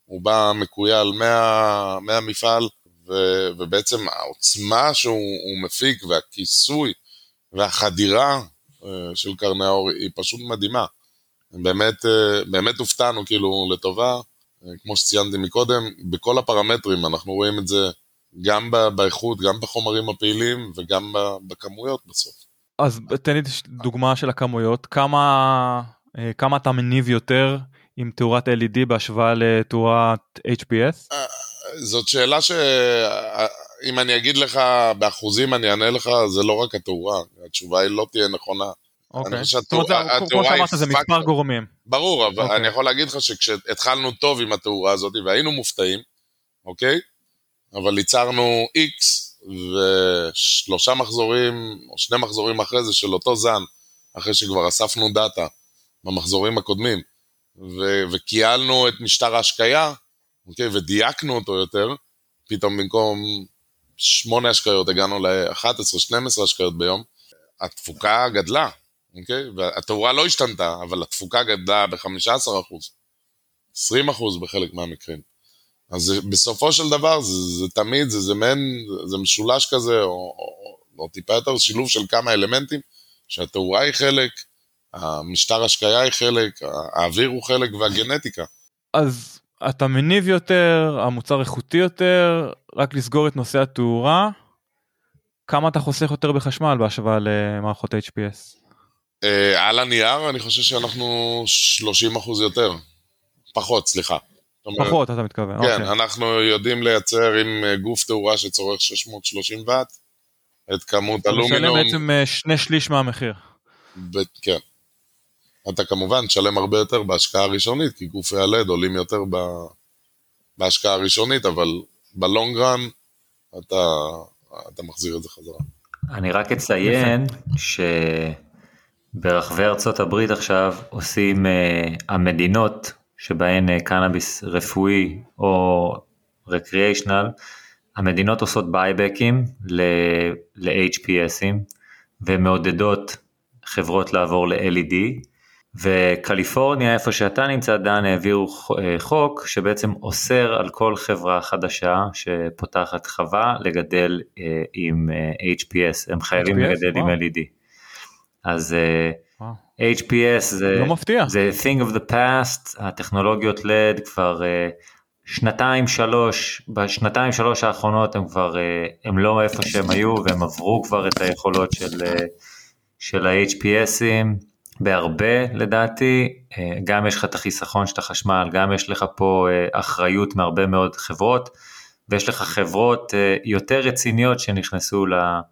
הוא בא מקוייל מה, מהמפעל, ו, ובעצם העוצמה שהוא מפיק, והכיסוי, והחדירה של קרני האור היא פשוט מדהימה. באמת, באמת הופתענו כאילו לטובה, כמו שציינתי מקודם, בכל הפרמטרים אנחנו רואים את זה גם באיכות, גם בחומרים הפעילים וגם בכמויות בסוף. אז תן לי דוגמה של הכמויות, כמה, כמה אתה מניב יותר עם תאורת אל אי די בהשוואה לתאורת אייץ' פי אס? זאת שאלה שאם אני אגיד לך באחוזים אני אענה לך, זה לא רק התאורה, התשובה היא לא תהיה נכונה. אוקיי, זאת אומרת, כמו שאמרת זה מספר גורמים. ברור, אבל אני יכול להגיד לך שכשהתחלנו טוב עם התאורה הזאת והיינו מופתעים, אוקיי? אבל ייצרנו X ושלושה מחזורים או שני מחזורים אחרי זה של אותו זן, אחרי שכבר אספנו דאטה במחזורים הקודמים, וקיילנו את משטר ההשקיה, אוקיי? ודייקנו אותו יותר, פתאום במקום שמונה השקיות הגענו ל-אחת עשרה שתים עשרה השקיות ביום, התפוקה גדלה, אוקיי? והתאורה לא השתנתה, אבל התפוקה גדלה ב-חמישה עשר אחוז, עשרים אחוז בחלק מהמקרים. אז בסופו של דבר, זה, זה תמיד, זה, זה, מן, זה משולש כזה, או, או, או טיפה יותר שילוב של כמה אלמנטים, שהתאורה היא חלק, המשטר השקיה היא חלק, האוויר הוא חלק, והגנטיקה. אז אתה מניב יותר, המוצר איכותי יותר, רק לסגור את נושא התאורה, כמה אתה חוסך יותר בחשמל בהשוואה למערכות אייץ' פי אס? אה, על הנייר, אני חושב שאנחנו שלושים אחוז יותר. פחות, סליחה. פחות, אתה מתכוון. כן, אוקיי. אנחנו יודעים לייצר עם גוף תאורה שצורך שש מאות ושלושים ואט, את כמות אלומינום. אתה משלם בעצם שני שליש מהמחיר. ב- כן. אתה כמובן תשלם הרבה יותר בהשקעה הראשונית, כי גופי הלד עולים יותר ב- בהשקעה הראשונית, אבל בלונגרן אתה, אתה מחזיר את זה חזרה. אני רק אציין שברחבי ארצות הברית עכשיו עושים uh, המדינות שבהן uh, קנאביס רפואי או רקריאיישנל, המדינות עושות בייבקים ל-אייץ' פי אסים ומעודדות חברות לעבור ל-אל אי די, וקליפורניה, איפה שאתה נמצא דן, העבירו חוק שבעצם אוסר על כל חברה חדשה שפותחת חווה לגדל עם אייץ' פי אס, הם חייבים לגדל עם אל אי די. אז אייץ' פי אס זה, לא מפתיע. זה thing of the past, הטכנולוגיות לד כבר שנתיים שלוש, בשנתיים שלוש האחרונות הם כבר, הם לא איפה שהם היו, והם עברו כבר את היכולות של, של ה-אייץ' פי אסים, בהרבה לדעתי, גם יש לך את החיסכון של החשמל, גם יש לך פה אחריות מהרבה מאוד חברות, ויש לך חברות יותר רציניות שנכנסו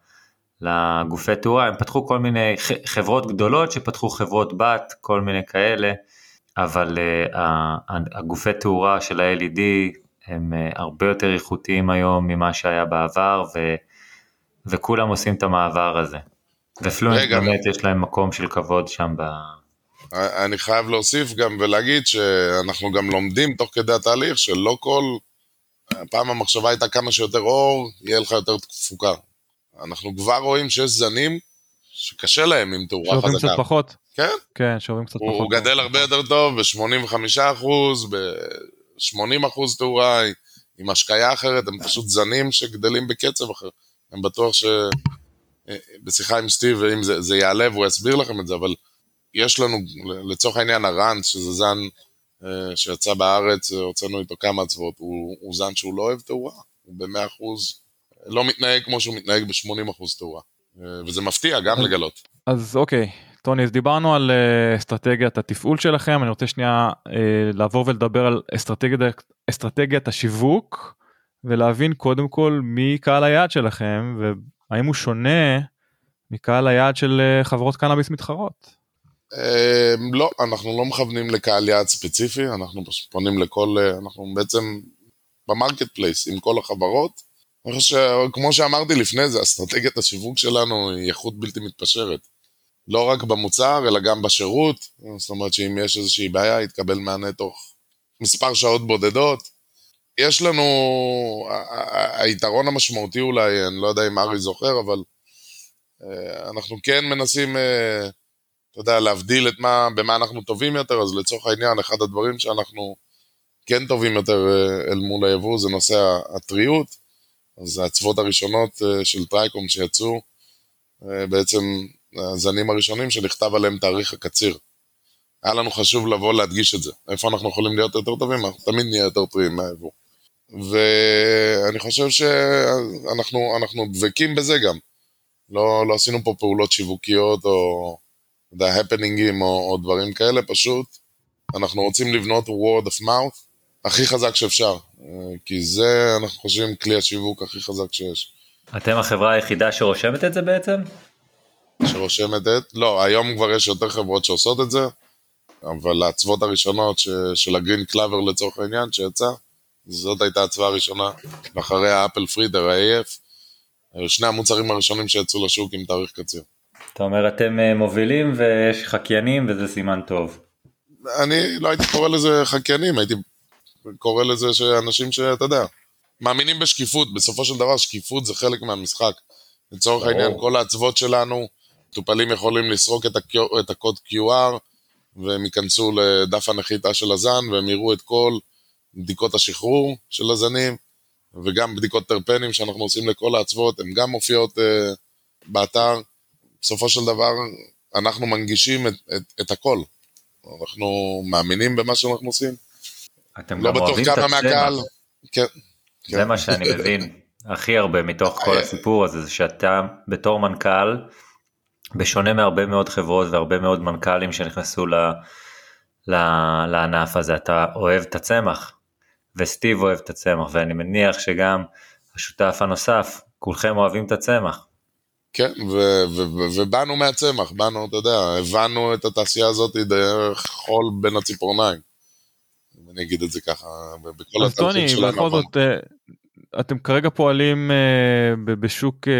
לגופי תאורה, הם פתחו כל מיני חברות גדולות שפתחו חברות בת, כל מיני כאלה, אבל הגופי תאורה של ה-אל אי די הם הרבה יותר איכותיים היום ממה שהיה בעבר, ו, וכולם עושים את המעבר הזה. ופלואנס באמת יש להם מקום של כבוד שם ב... אני חייב להוסיף גם ולהגיד שאנחנו גם לומדים תוך כדי התהליך שלא כל... פעם המחשבה הייתה כמה שיותר אור, יהיה לך יותר תפוקה. אנחנו כבר רואים שיש זנים שקשה להם עם תאורה חזקה. שעוברים קצת פחות. כן? כן, שעוברים קצת פחות. הוא גדל הרבה יותר טוב, ב-שמונים וחמישה אחוז, ב-שמונים אחוז תאורה, עם השקיה אחרת, הם פשוט זנים שגדלים בקצב אחר. הם בטוח ש... בשיחה עם סטיב, ואם זה, זה יעלה והוא יסביר לכם את זה, אבל יש לנו, לצורך העניין, הרנץ, שזה זן שיצא בארץ, הוצאנו איתו כמה צוות, הוא, הוא זן שהוא לא אוהב תאורה, הוא ב-מאה אחוז, לא מתנהג כמו שהוא מתנהג ב-שמונים אחוז תאורה, וזה מפתיע גם לגלות. אז אוקיי, טוני, אז דיברנו על אסטרטגיית התפעול שלכם, אני רוצה שנייה לעבור ולדבר על אסטרטגיית, אסטרטגיית השיווק, ולהבין קודם כל מי קהל היעד שלכם, והאם הוא שונה מקהל היעד של חברות קנאביס מתחרות? לא, אנחנו לא מכוונים לקהל יעד ספציפי, אנחנו פונים לכל, אנחנו בעצם במרקט פלייס עם כל החברות, אני חושב שכמו שאמרתי לפני זה, אסטרטגיית השיווק שלנו היא איכות בלתי מתפשרת, לא רק במוצר אלא גם בשירות, זאת אומרת שאם יש איזושהי בעיה יתקבל מענה תוך מספר שעות בודדות, יש לנו, היתרון המשמעותי אולי, אני לא יודע אם ארי זוכר, אבל אנחנו כן מנסים, אתה יודע, להבדיל את מה, במה אנחנו טובים יותר, אז לצורך העניין, אחד הדברים שאנחנו כן טובים יותר אל מול היבוא, זה נושא הטריות, אז העצבות הראשונות של טרייקום שיצאו, בעצם הזנים הראשונים שנכתב עליהם תאריך הקציר. היה לנו חשוב לבוא להדגיש את זה. איפה אנחנו יכולים להיות יותר טובים? אנחנו תמיד נהיה יותר טובים מהיבוא. ואני חושב שאנחנו אנחנו דבקים בזה גם. לא, לא עשינו פה פעולות שיווקיות או הפנינגים או, או דברים כאלה, פשוט אנחנו רוצים לבנות word of mouth הכי חזק שאפשר, כי זה אנחנו חושבים כלי השיווק הכי חזק שיש. אתם החברה היחידה שרושמת את זה בעצם? שרושמת את, לא, היום כבר יש יותר חברות שעושות את זה, אבל העצבות הראשונות ש, של הגרין קלאבר לצורך העניין שיצא, זאת הייתה הצבעה הראשונה, ואחרי האפל פרידר, ה-איי אף, שני המוצרים הראשונים שיצאו לשוק עם תאריך קציר. אתה אומר, אתם מובילים ויש חקיינים וזה סימן טוב. אני לא הייתי קורא לזה חקיינים, הייתי קורא לזה שאנשים שאתה יודע, מאמינים בשקיפות, בסופו של דבר שקיפות זה חלק מהמשחק. לצורך העניין, כל העצבות שלנו, מטופלים יכולים לסרוק את, ה- את הקוד קיו אר, והם ייכנסו לדף הנחיתה של הזן, והם יראו את כל בדיקות השחרור של הזנים, וגם בדיקות טרפנים שאנחנו עושים לכל העצבות, הן גם מופיעות uh, באתר. בסופו של דבר, אנחנו מנגישים את, את, את הכל. אנחנו מאמינים במה שאנחנו עושים. אתם לא גם בטוח אוהבים כמה את מהקהל. הצמח. כן. זה כן. מה שאני מבין הכי הרבה מתוך כל הסיפור הזה, זה שאתה בתור מנכ"ל, בשונה מהרבה מאוד חברות והרבה מאוד מנכ"לים שנכנסו ל, ל, לענף הזה, אתה אוהב את הצמח, וסטיב אוהב את הצמח, ואני מניח שגם השותף הנוסף, כולכם אוהבים את הצמח. כן, ו- ו- ו- ובאנו מהצמח, באנו, אתה יודע, הבנו את התעשייה הזאת דרך חול בין הציפורניים. אם אני אגיד את זה ככה, בכל אז טוני, בכל זאת, אתם כרגע פועלים בשוק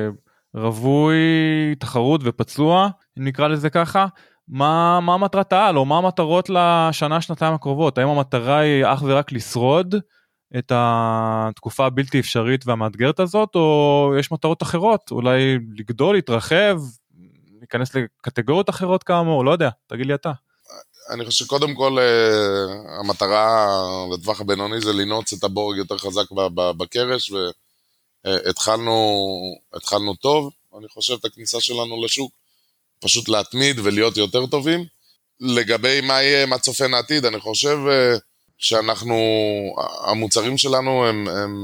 רווי, תחרות ופצוע, אם נקרא לזה ככה, מה, מה מטרת העל, או מה המטרות לשנה, שנתיים הקרובות? האם המטרה היא אך ורק לשרוד את התקופה הבלתי אפשרית והמאתגרת הזאת, או יש מטרות אחרות, אולי לגדול, להתרחב, להיכנס לקטגוריות אחרות כאמור, לא יודע, תגיד לי אתה. אני חושב שקודם כל המטרה לטווח הבינוני זה לנוץ את הבורג יותר חזק בקרש, והתחלנו התחלנו טוב. אני חושב את הכניסה שלנו לשוק, פשוט להתמיד ולהיות יותר טובים. לגבי מה יהיה, מה צופן העתיד, אני חושב שאנחנו, המוצרים שלנו הם, הם,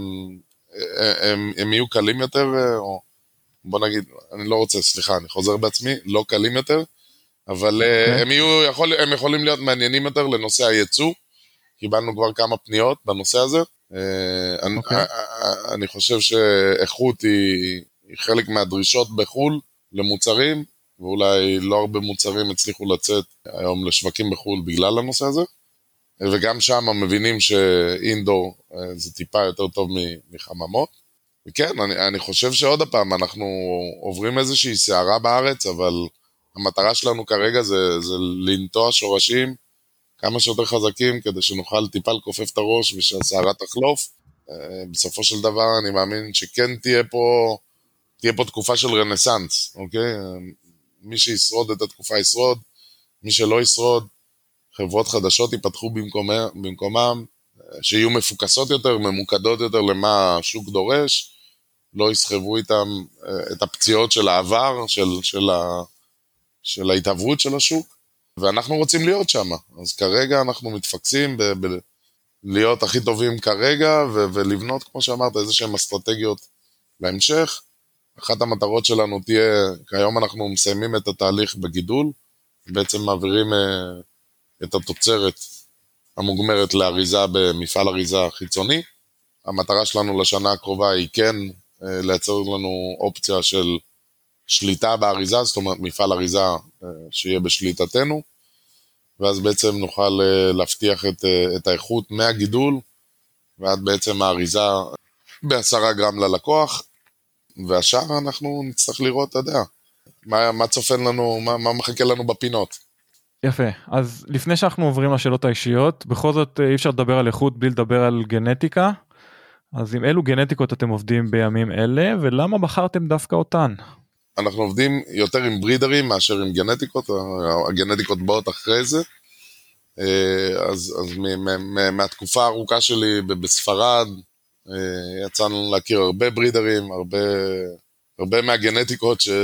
הם, הם יהיו קלים יותר, או בוא נגיד, אני לא רוצה, סליחה, אני חוזר בעצמי, לא קלים יותר, אבל okay. הם, יהיו, יכול, הם יכולים להיות מעניינים יותר לנושא הייצוא, קיבלנו כבר כמה פניות בנושא הזה, okay. אני, אני חושב שאיכות היא, היא חלק מהדרישות בחול למוצרים, ואולי לא הרבה מוצרים הצליחו לצאת היום לשווקים בחול בגלל הנושא הזה, וגם שם מבינים שאינדור זה טיפה יותר טוב מחממות. וכן, אני, אני חושב שעוד הפעם אנחנו עוברים איזושהי שערה בארץ, אבל המטרה שלנו כרגע זה, זה לנטוע שורשים כמה שיותר חזקים, כדי שנוכל טיפה לכופף את הראש ושהשערה תחלוף. בסופו של דבר אני מאמין שכן תהיה פה, תהיה פה תקופה של רנסנס, אוקיי? מי שישרוד את התקופה ישרוד, מי שלא ישרוד, חברות חדשות ייפתחו במקומם, במקומם, שיהיו מפוקסות יותר, ממוקדות יותר למה השוק דורש, לא יסחבו איתם את הפציעות של העבר, של, של, ה, של ההתעברות של השוק, ואנחנו רוצים להיות שם. אז כרגע אנחנו מתפקסים ב, ב, להיות הכי טובים כרגע, ו, ולבנות, כמו שאמרת, איזה שהן אסטרטגיות להמשך. אחת המטרות שלנו תהיה, כיום אנחנו מסיימים את התהליך בגידול, בעצם מעבירים את התוצרת המוגמרת לאריזה במפעל אריזה חיצוני. המטרה שלנו לשנה הקרובה היא כן לייצר לנו אופציה של שליטה באריזה, זאת אומרת מפעל אריזה שיהיה בשליטתנו, ואז בעצם נוכל להבטיח את, את האיכות מהגידול, ועד בעצם האריזה בעשרה גרם ללקוח, והשאר אנחנו נצטרך לראות, אתה יודע, מה, מה צופן לנו, מה, מה מחכה לנו בפינות. יפה, אז לפני שאנחנו עוברים לשאלות האישיות, בכל זאת אי אפשר לדבר על איכות בלי לדבר על גנטיקה, אז עם אילו גנטיקות אתם עובדים בימים אלה, ולמה בחרתם דווקא אותן? אנחנו עובדים יותר עם ברידרים מאשר עם גנטיקות, הגנטיקות באות אחרי זה, אז, אז מהתקופה הארוכה שלי בספרד, יצאנו להכיר הרבה ברידרים, הרבה, הרבה מהגנטיקות ש,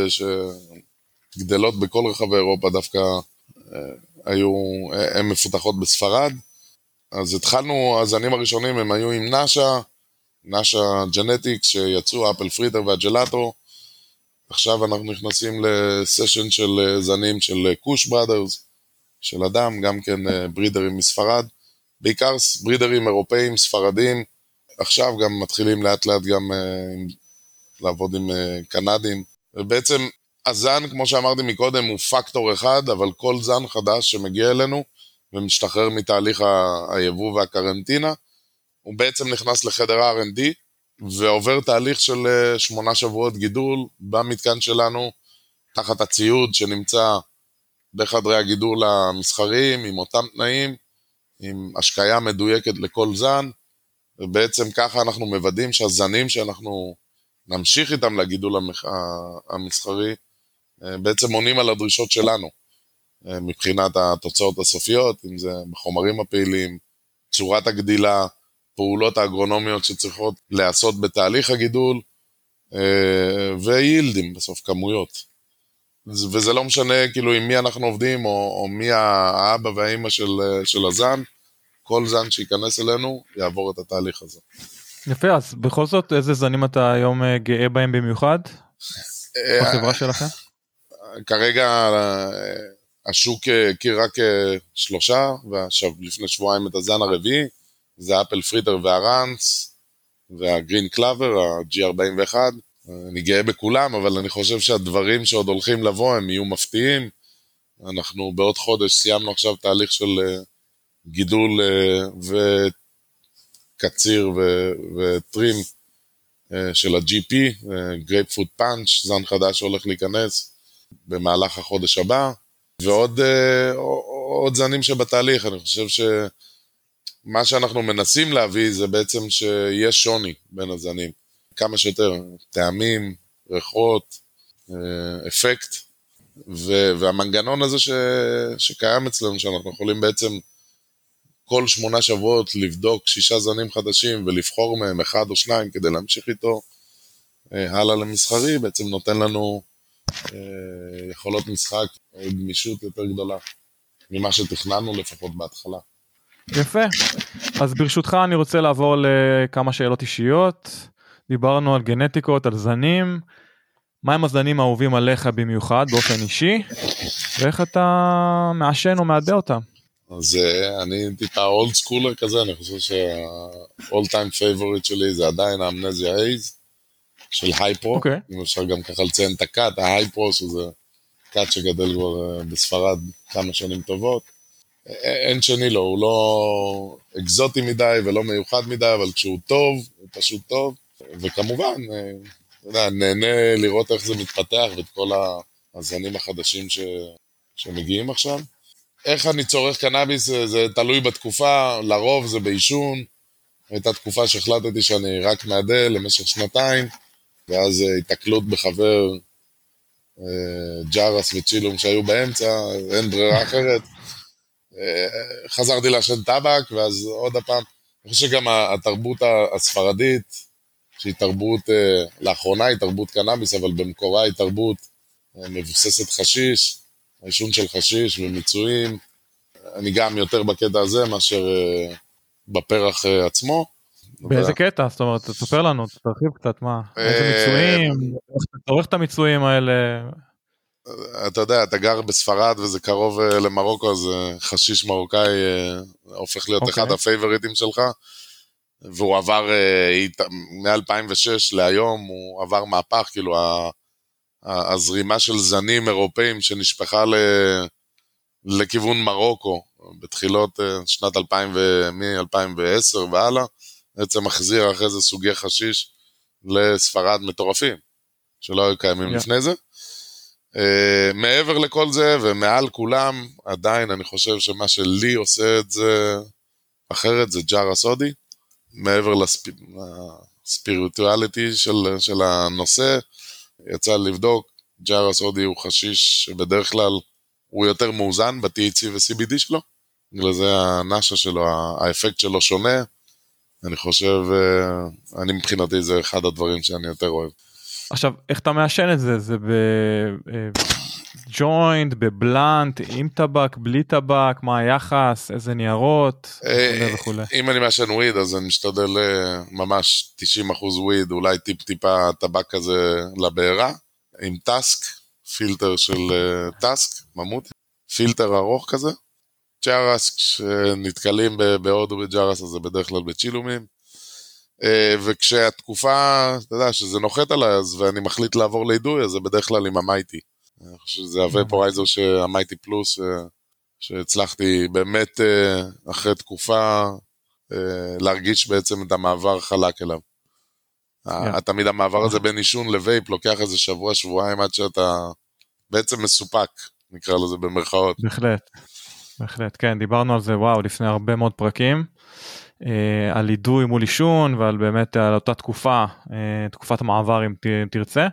שגדלות בכל רחבי אירופה, דווקא היו, הן מפותחות בספרד. אז התחלנו, הזנים הראשונים הם היו עם נאשה, נאשה ג'נטיקס, שיצאו אפל פריטר והג'לטו. עכשיו אנחנו נכנסים לסשן של זנים של קוש בראדרס, של אדם, גם כן ברידרים מספרד, בעיקר ברידרים אירופאים, ספרדים. עכשיו גם מתחילים לאט לאט גם לעבוד עם קנדים. ובעצם הזן, כמו שאמרתי מקודם, הוא פקטור אחד, אבל כל זן חדש שמגיע אלינו, ומשתחרר מתהליך היבוא והקרנטינה, הוא בעצם נכנס לחדר אר אנד די, ועובר תהליך של שמונה שבועות גידול במתקן שלנו, תחת הציוד שנמצא בחדרי הגידול המסחריים, עם אותם תנאים, עם השקיה מדויקת לכל זן, ובעצם ככה אנחנו מוודאים שהזנים שאנחנו נמשיך איתם לגידול המסחרי, בעצם עונים על הדרישות שלנו, מבחינת התוצאות הסופיות, אם זה בחומרים הפעילים, צורת הגדילה, פעולות האגרונומיות שצריכות לעשות בתהליך הגידול, ויילדים בסוף כמויות. וזה לא משנה כאילו עם מי אנחנו עובדים, או, או מי האבא והאמא של, של הזן, כל זן שיכנס אלינו יעבור את התהליך הזה. יפה, אז בכל זאת איזה זנים אתה היום גאה בהם במיוחד? בחברה שלכם? כרגע השוק הכיר רק שלושה, ועכשיו לפני שבועיים את הזן הרביעי, זה אפל פריטר והרנס, והגרין קלאבר, ה-ג'י ארבעים ואחת, אני גאה בכולם, אבל אני חושב שהדברים שעוד הולכים לבוא הם יהיו מפתיעים. אנחנו בעוד חודש סיימנו עכשיו תהליך של גידול וקציר וטרים של ה-ג'י פי, גרייפפרוט פאנץ', זן חדש שהולך להיכנס במהלך החודש הבא, ועוד עוד זנים שבתהליך. אני חושב שמה שאנחנו מנסים להביא זה בעצם שיש שוני בין הזנים. כמה שיותר, טעמים, ריחות, אפקט, והמנגנון הזה ש, שקיים אצלנו, שאנחנו יכולים בעצם כל שמונה שבועות לבדוק שישה זנים חדשים, ולבחור מהם אחד או שניים כדי להמשיך איתו הלאה למסחרי, בעצם נותן לנו יכולות משחק, גמישות יותר גדולה, ממה שתכננו לפחות בהתחלה. יפה, אז ברשותך אני רוצה לעבור לכמה שאלות אישיות. דיברנו על גנטיקות, על זנים. מה הם הזנים האהובים עליך במיוחד, באופן אישי? ואיך אתה מעשן או מעדה אותם? אז אני טיפה אולד סקולר כזה, אני חושב שה-all time favorite שלי זה עדיין האמנזיה הייז, של הייפרו. אוקיי. אם אפשר גם ככה לציין את הקאט, ההייפרו, שזה קאט שגדל כבר בספרד כמה שנים טובות. אין שני לו, הוא לא אקזוטי מדי ולא מיוחד מדי, אבל כשהוא טוב, הוא פשוט טוב. וכמובן, נהנה לראות איך זה מתפתח ואת כל הזנים החדשים ש... שמגיעים עכשיו. איך אני צורך קנאביס, זה, זה תלוי בתקופה, לרוב זה באישון. הייתה תקופה שהחלטתי שאני רק מעדה למשך שנתיים, ואז התקלות בחבר, ג'רס וצ'ילום שהיו באמצע, אין ברירה אחרת. חזרתי לעשן טבק, ואז עוד הפעם, אני חושב שגם התרבות הספרדית, שהיא תרבות, לאחרונה היא תרבות קנאביס, אבל במקורה היא תרבות מבוססת חשיש, העישון של חשיש ומיצויים. אני גם יותר בקטע הזה מאשר בפרח עצמו. באיזה קטע? זאת אומרת, תספר לנו, תרחיב קצת מה, איזה מיצויים, איך אתה צורך את המיצויים האלה? אתה יודע, אתה גר בספרד וזה קרוב למרוקו, אז חשיש מרוקאי הופך להיות אחד הפייבריטים שלך. והוא עבר, מ-אלפיים ושש להיום, הוא עבר מהפך, כאילו, הזרימה של זנים אירופאים שנשפחה לכיוון מרוקו, בתחילות שנת אלפיים, מ-אלפיים ועשר והלאה, בעצם מחזיר אחרי זה סוגי חשיש לספרד מטורפים, שלא היו קיימים yeah. לפני זה. מעבר לכל זה, ומעל כולם, עדיין אני חושב שמה שלי עושה את זה אחרת, זה ג'ארה סודי, מעבר לספיריטואליטי של, של הנושא, יצא לבדוק, ג'ארה סודי הוא חשיש שבדרך כלל הוא יותר מאוזן ב-טי אייץ' סי ו-סי בי די שלו, בגלל זה הנשה שלו, האפקט שלו שונה, אני חושב, אני מבחינתי זה אחד הדברים שאני יותר אוהב. עכשיו, איך אתה מעשן את זה? זה בג'וינט, בבלנט, עם טבק, בלי טבק, מה היחס, איזה ניירות, וכו' וכו'. אם אני מעשן וויד, אז אני משתדל ממש תשעים אחוז וויד, אולי טיפ טיפה טבק כזה לבעירה, עם טסק, פילטר של טסק, ממותי, פילטר ארוך כזה. ג'רס, כשנתקלים בהודו בג'רס, אז זה בדרך כלל בצ'ילומים. וכשהתקופה, אתה יודע, שזה נוחת עליי, אז ואני מחליט לעבור לידוי, אז זה בדרך כלל עם המייטי. אני חושב שזה הוופורייזר שהמייטי פלוס, שהצלחתי באמת אחרי תקופה להרגיש בעצם את המעבר חלק אליו. תמיד המעבר הזה בין אישון לווייפ, לוקח איזה שבוע, שבועיים, עד שאתה בעצם מסופק, נקרא לזה במרכאות. בהחלט, בהחלט, כן, דיברנו על זה, וואו, לפני הרבה מאוד פרקים, על עידוי מול אישון, ועל באמת על אותה תקופה, תקופת המעבר אם תרצה.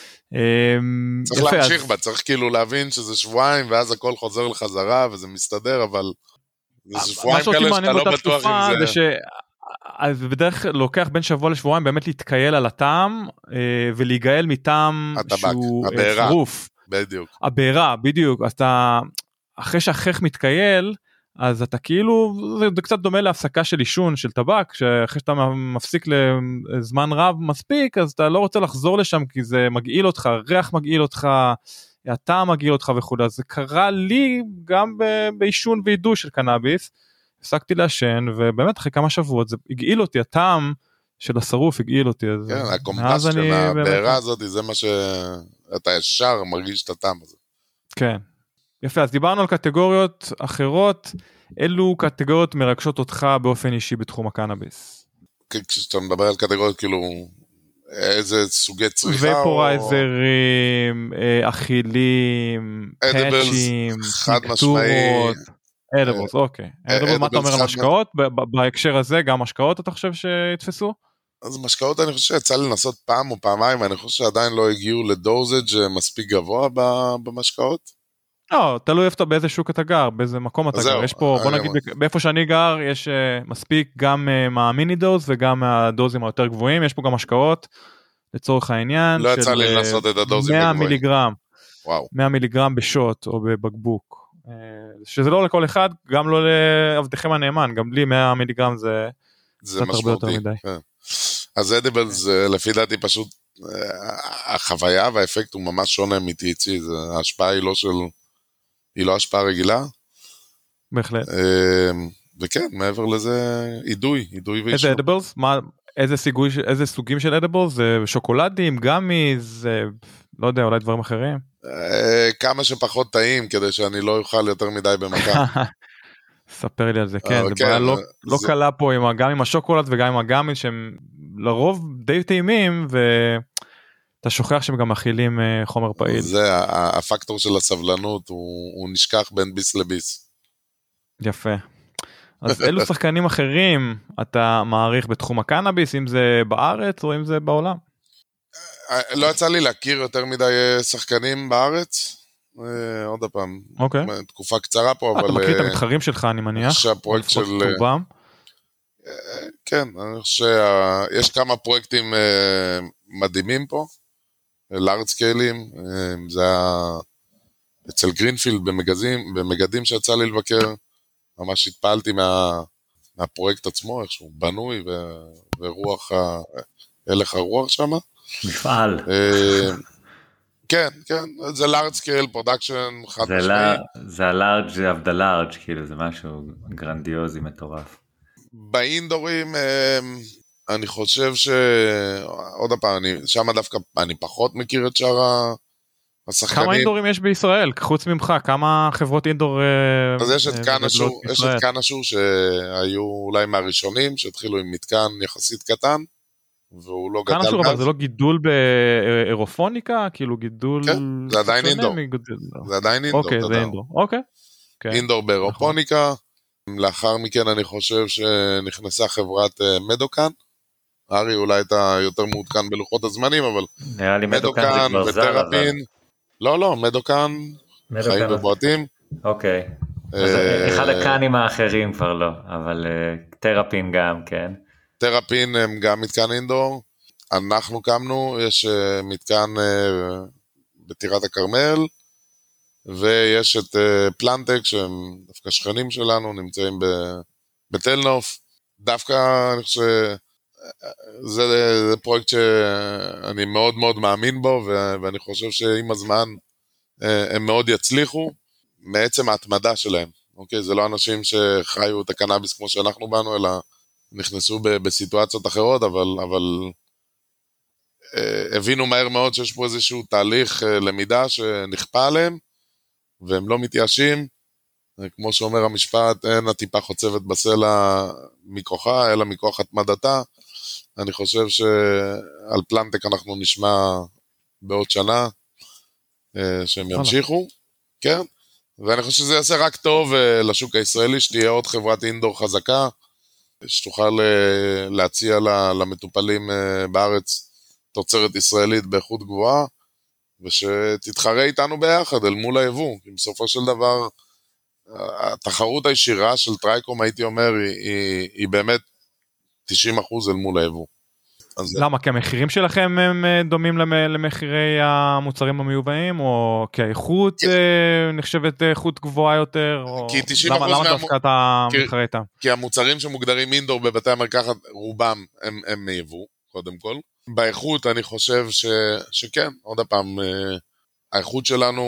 צריך להמשיך בה, צריך כאילו להבין שזה שבועיים, ואז הכל חוזר לחזרה, וזה מסתדר, אבל זה שבועיים כאלה שאתה לא בטוח אם זה... אז בדרך לוקח בין שבוע לשבועיים באמת להתקייל על הטעם, ולהיגאל מטעם שהוא שרוף. בדיוק. הבעירה, בדיוק. אז אתה, אחרי שהחך מתקייל, אז אתה כאילו, זה קצת דומה להפסקה של אישון, של טבק, שאחרי שאתה מפסיק לזמן רב מספיק, אז אתה לא רוצה לחזור לשם, כי זה מגעיל אותך, ריח מגעיל אותך, הטעם מגעיל אותך וכו'. אז זה קרה לי גם באישון ועידוי של קנאביס, הפסקתי לעשן, ובאמת אחרי כמה שבועות, זה הגעיל אותי, הטעם של השרוף הגעיל אותי. כן, הקומפס של הבעירה הזאת, זה מה שאתה ישר מרגיש את הטעם הזה. כן. יפה, אז דיברנו על קטגוריות אחרות, אילו קטגוריות מרגשות אותך באופן אישי בתחום הקנאביס? כשאתה מדבר על קטגוריות, כאילו, איזה סוגי צריכה? ופורייזרים, אכילים, פאצ'ים, טיקטורות, אדבלס, אוקיי. אדבלס, מה אתה אומר על משקאות? בהקשר הזה, גם משקאות אתה חושב שיתפסו? אז משקאות אני חושב שיצא לי לנסות פעם או פעמיים, אני חושב שעדיין לא הגיעו לדוזג' מספיק גבוה במשקאות. לא, תלוי איפה באיזה שוק אתה גר, באיזה מקום אתה גר. יש פה, בוא נגיד, באיפה שאני גר, יש מספיק גם מהמיני דוז וגם מהדוזים היותר גבוהים, יש פה גם השקעות, לצורך העניין, לא יצא לי לעשות את הדוזים מאה מיליגרם, וואו. מאה מיליגרם בשוט או בבקבוק, שזה לא לכל אחד, גם לא לעבדכם הנאמן, גם בלי מאה מיליגרם זה קצת הרבה יותר מדי. אז אדיבלס, לפי דעתי פשוט, החוויה והאפקט הוא ממש שונה מ-טי אייץ' סי, ההשפעה היא לא של... היא לא השפעה רגילה. בהחלט. וכן, מעבר לזה, עידוי, עידוי ואישון. איזה אדיבלס? איזה, סיגוי, איזה סוגים של אדיבלס? זה שוקולדים, גמיז, לא יודע, אולי דברים אחרים? כמה שפחות טעים, כדי שאני לא אוכל יותר מדי במכה. ספר לי על זה, כן, זה בעיה לא קלה פה, גם עם השוקולד וגם עם הגמיז, שהם לרוב די טעימים, ו... אתה שוכח שהם גם מכילים חומר פעיל. זה, הפקטור של הסבלנות, הוא, הוא נשכח בין ביס לביס. יפה. אז אילו שחקנים אחרים אתה מעריך בתחום הקנאביס, אם זה בארץ או אם זה בעולם? לא יצא לי להכיר יותר מדי שחקנים בארץ, עוד הפעם, אוקיי. תקופה קצרה פה, אבל... אתה מכיר את המתחרים שלך, אני מניח. שהפרויקט של... כן, אני חושב שיש כמה פרויקטים מדהימים פה, לארד סקיילים, זה היה אצל גרינפילד במגדים, במגדים שיצא לי לבקר, ממש התפעלתי מה, מהפרויקט עצמו, איך שהוא בנוי, ו, ורוח, הלך הרוח שם. מפעל. כן, כן, זה לארד סקייל, פרודקשן, חד משמעי. זה הלארג' זה אב דה לארג', כאילו זה משהו גרנדיוזי, מטורף. באינדורים, אני חושב ש... עוד הפעם, שם דווקא אני פחות מכיר את שאר השחקנים. כמה אינדורים יש בישראל? חוץ ממך, כמה חברות אינדור... אז יש את קנשור, יש את קנשור שהיו אולי מהראשונים, שהתחילו עם מתקן יחסית קטן, והוא לא גדל מאז. קנשור, אבל זה לא גידול באירופוניקה? כאילו גידול... כן, זה עדיין אינדור. זה עדיין אינדור. אוקיי, זה אינדור. אוקיי. אינדור באירופוניקה. לאחר מכן אני חושב שנכנסה חברת מדוקן. ארי, אולי אתה יותר מעודכן בלוחות הזמנים, אבל נראה לי מדוקן זה כבר זר, וטרפין, לא, לא, מדוקן, חיים ובועטים. אוקיי. אז אחד הקנים האחרים כבר לא, אבל תרפין גם, כן. תרפין הם גם מתקן אינדור, אנחנו קמנו, יש מתקן בטירת הכרמל, ויש את פלנטק, שהם דווקא שכנים שלנו, נמצאים בתל נוף, דווקא אני חושב, זה, זה פרויקט שאני מאוד מאוד מאמין בו, ואני חושב שעם הזמן הם מאוד יצליחו, מעצם ההתמדה שלהם, אוקיי? זה לא אנשים שחיו את הקנאביס כמו שאנחנו באנו, אלא נכנסו ב- בסיטואציות אחרות, אבל, אבל אה, הבינו מהר מאוד שיש פה איזשהו תהליך אה, למידה שנכפה עליהם, והם לא מתייאשים, כמו שאומר המשפט, אין הטיפה חוצבת בסלע מכוחה, אלא מכוח התמדתה. אני חושב שעל פלנטק אנחנו נשמע בעוד שנה, אה, שהם ימשיכו, כן? ואני חושב שזה יעשה רק טוב uh, לשוק הישראלי, שתהיה עוד חברת אינדור חזקה, שתוכל uh, להציע למטופלים uh, בארץ תוצרת ישראלית באיכות גבוהה, ושתתחרה איתנו ביחד אל מול היבוא, כי בסופו של דבר, התחרות הישירה של טרייקום, הייתי אומר, היא, היא, היא באמת תשעים אחוז אל מול היבוא. למה? כי המחירים שלכם הם דומים למחירי המוצרים המיובאים, או כי האיכות נחשבת איכות גבוהה יותר, או למה דווקא אתה מתחרה איתם? כי המוצרים שמוגדרים אינדור בבתי המרקחת, רובם הם מיבוא, קודם כל. באיכות אני חושב שכן, עוד הפעם, האיכות שלנו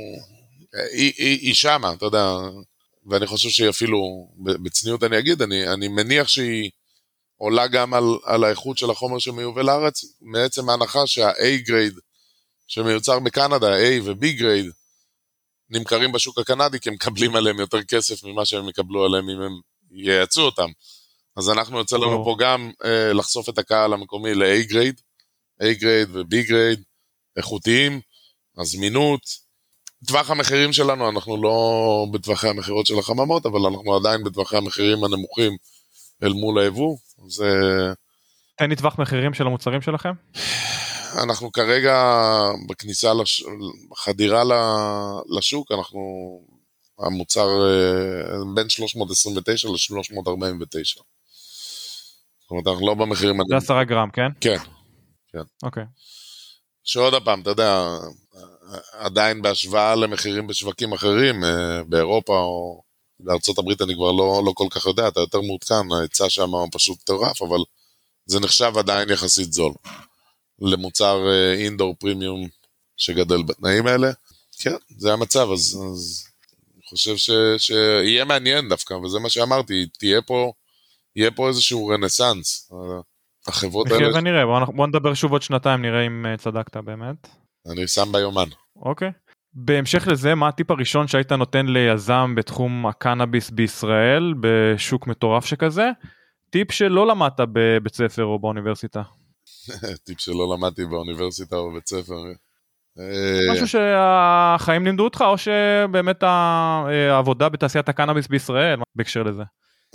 היא שמה, אתה יודע, ואני חושב שהיא אפילו, בצניעות אני אגיד, אני מניח שהיא עולה גם על, על האיכות של החומר שמיובא לארץ, מעצם ההנחה שה-A גרייד שמיוצר בקנדה, A ו-B גרייד, נמכרים בשוק הקנדי, כי הם מקבלים עליהם יותר כסף ממה שהם יקבלו עליהם אם הם ייצאו אותם. אז אנחנו יוצא לנו פה גם אה, לחשוף את הקהל המקומי ל-A גרייד, A גרייד ו-B גרייד, איכותיים, הזמינות, טווח המחירים שלנו, אנחנו לא בטווחי המחירות של החממות, אבל אנחנו עדיין בטווחי המחירים הנמוכים אל מול היבוא. זה... תן לי טווח מחירים של המוצרים שלכם? אנחנו כרגע בכניסה, לש... חדירה לשוק, אנחנו, המוצר בין שלוש מאות עשרים ותשע ל-שלוש מאות ארבעים ותשע. זאת אומרת, אנחנו לא במחירים... זה עשרה גרם, כן? כן, כן. אוקיי. שעוד הפעם, אתה יודע, עדיין בהשוואה למחירים בשווקים אחרים, באירופה או בארצות הברית אני כבר לא, לא כל כך יודע, אתה יותר מעודכן, ההיצע שם פשוט טרף, אבל זה נחשב עדיין יחסית זול. למוצר אינדור פרימיום שגדל בתנאים האלה. כן, זה המצב, אז, אז אני חושב ש, שיהיה מעניין דווקא, וזה מה שאמרתי, תהיה פה, יהיה פה איזשהו רנסנס. החברות האלה... נחיה ונראה, בוא, בוא נדבר שוב עוד שנתיים, נראה אם צדקת באמת. אני שם ביומן. אוקיי. בהמשך לזה, מה הטיפ הראשון שהיית נותן ליזם בתחום הקנאביס בישראל, בשוק מטורף שכזה? טיפ שלא למדת בבית ספר או באוניברסיטה. טיפ שלא למדתי באוניברסיטה או בבית ספר. משהו שהחיים לימדו אותך, או שבאמת העבודה בתעשיית הקנאביס בישראל, בהקשר לזה?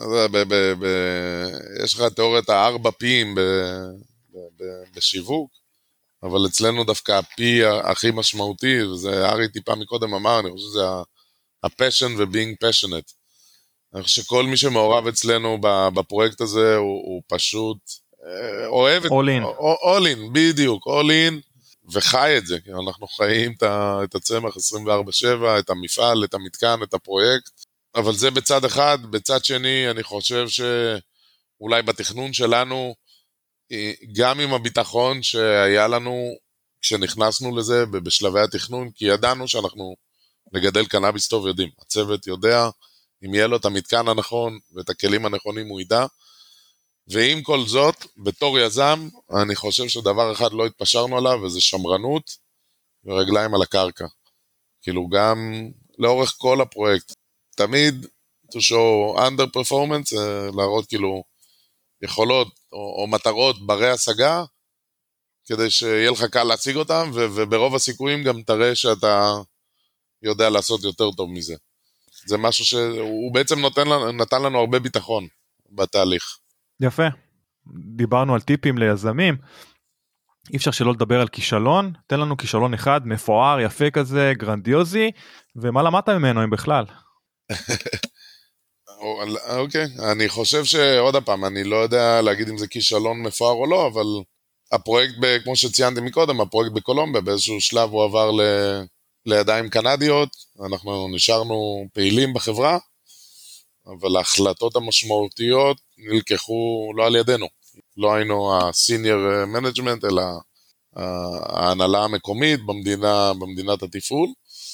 יש לך תיאוריית הארבע פיים בשיווק, אבל אצלנו דווקא הפי הכי משמעותי, וזה ארי טיפה מקודם אמר, אני חושב שזה ה-passion ו-being passionate. אני חושב שכל מי שמעורב אצלנו בפרויקט הזה, הוא פשוט אוהב את... all in. all in, בדיוק, all in, וחי את זה, כי אנחנו חיים את הצמח עשרים וארבע שבע, את המפעל, את המתקן, את הפרויקט, אבל זה בצד אחד, בצד שני, אני חושב שאולי בתכנון שלנו, גם עם הביטחון שהיה לנו כשנכנסנו לזה בשלבי התכנון, כי ידענו שאנחנו לגדל קנאביס טוב יודעים, הצוות יודע, אם יהיה לו את המתקן הנכון ואת הכלים הנכונים הוא ידע, ועם כל זאת, בתור יזם, אני חושב שדבר אחד לא התפשרנו עליו, וזה שמרנות ורגליים על הקרקע. כאילו גם לאורך כל הפרויקט, תמיד to show under performance, להראות כאילו יכולות או, או מטרות ברי השגה, כדי שיהיה לך קל להציג אותם, ו, וברוב הסיכויים גם תראה שאתה יודע לעשות יותר טוב מזה. זה משהו שהוא בעצם נותן, נתן לנו הרבה ביטחון בתהליך. יפה. דיברנו על טיפים ליזמים. אי אפשר שלא לדבר על כישלון. תן לנו כישלון אחד, מפואר, יפה כזה, גרנדיוזי, ומה למדת ממנו אם בכלל? אוקיי, אני חושב שעוד הפעם, אני לא יודע להגיד אם זה כישלון מפואר או לא, אבל הפרויקט, כמו שציינתי מקודם, הפרויקט בקולומביה, באיזשהו שלב הוא עבר ל... לידיים קנדיות, אנחנו נשארנו פעילים בחברה, אבל ההחלטות המשמעותיות נלקחו לא על ידינו. לא היינו ה-senior management, אלא ההנהלה המקומית במדינה, במדינת התפעול.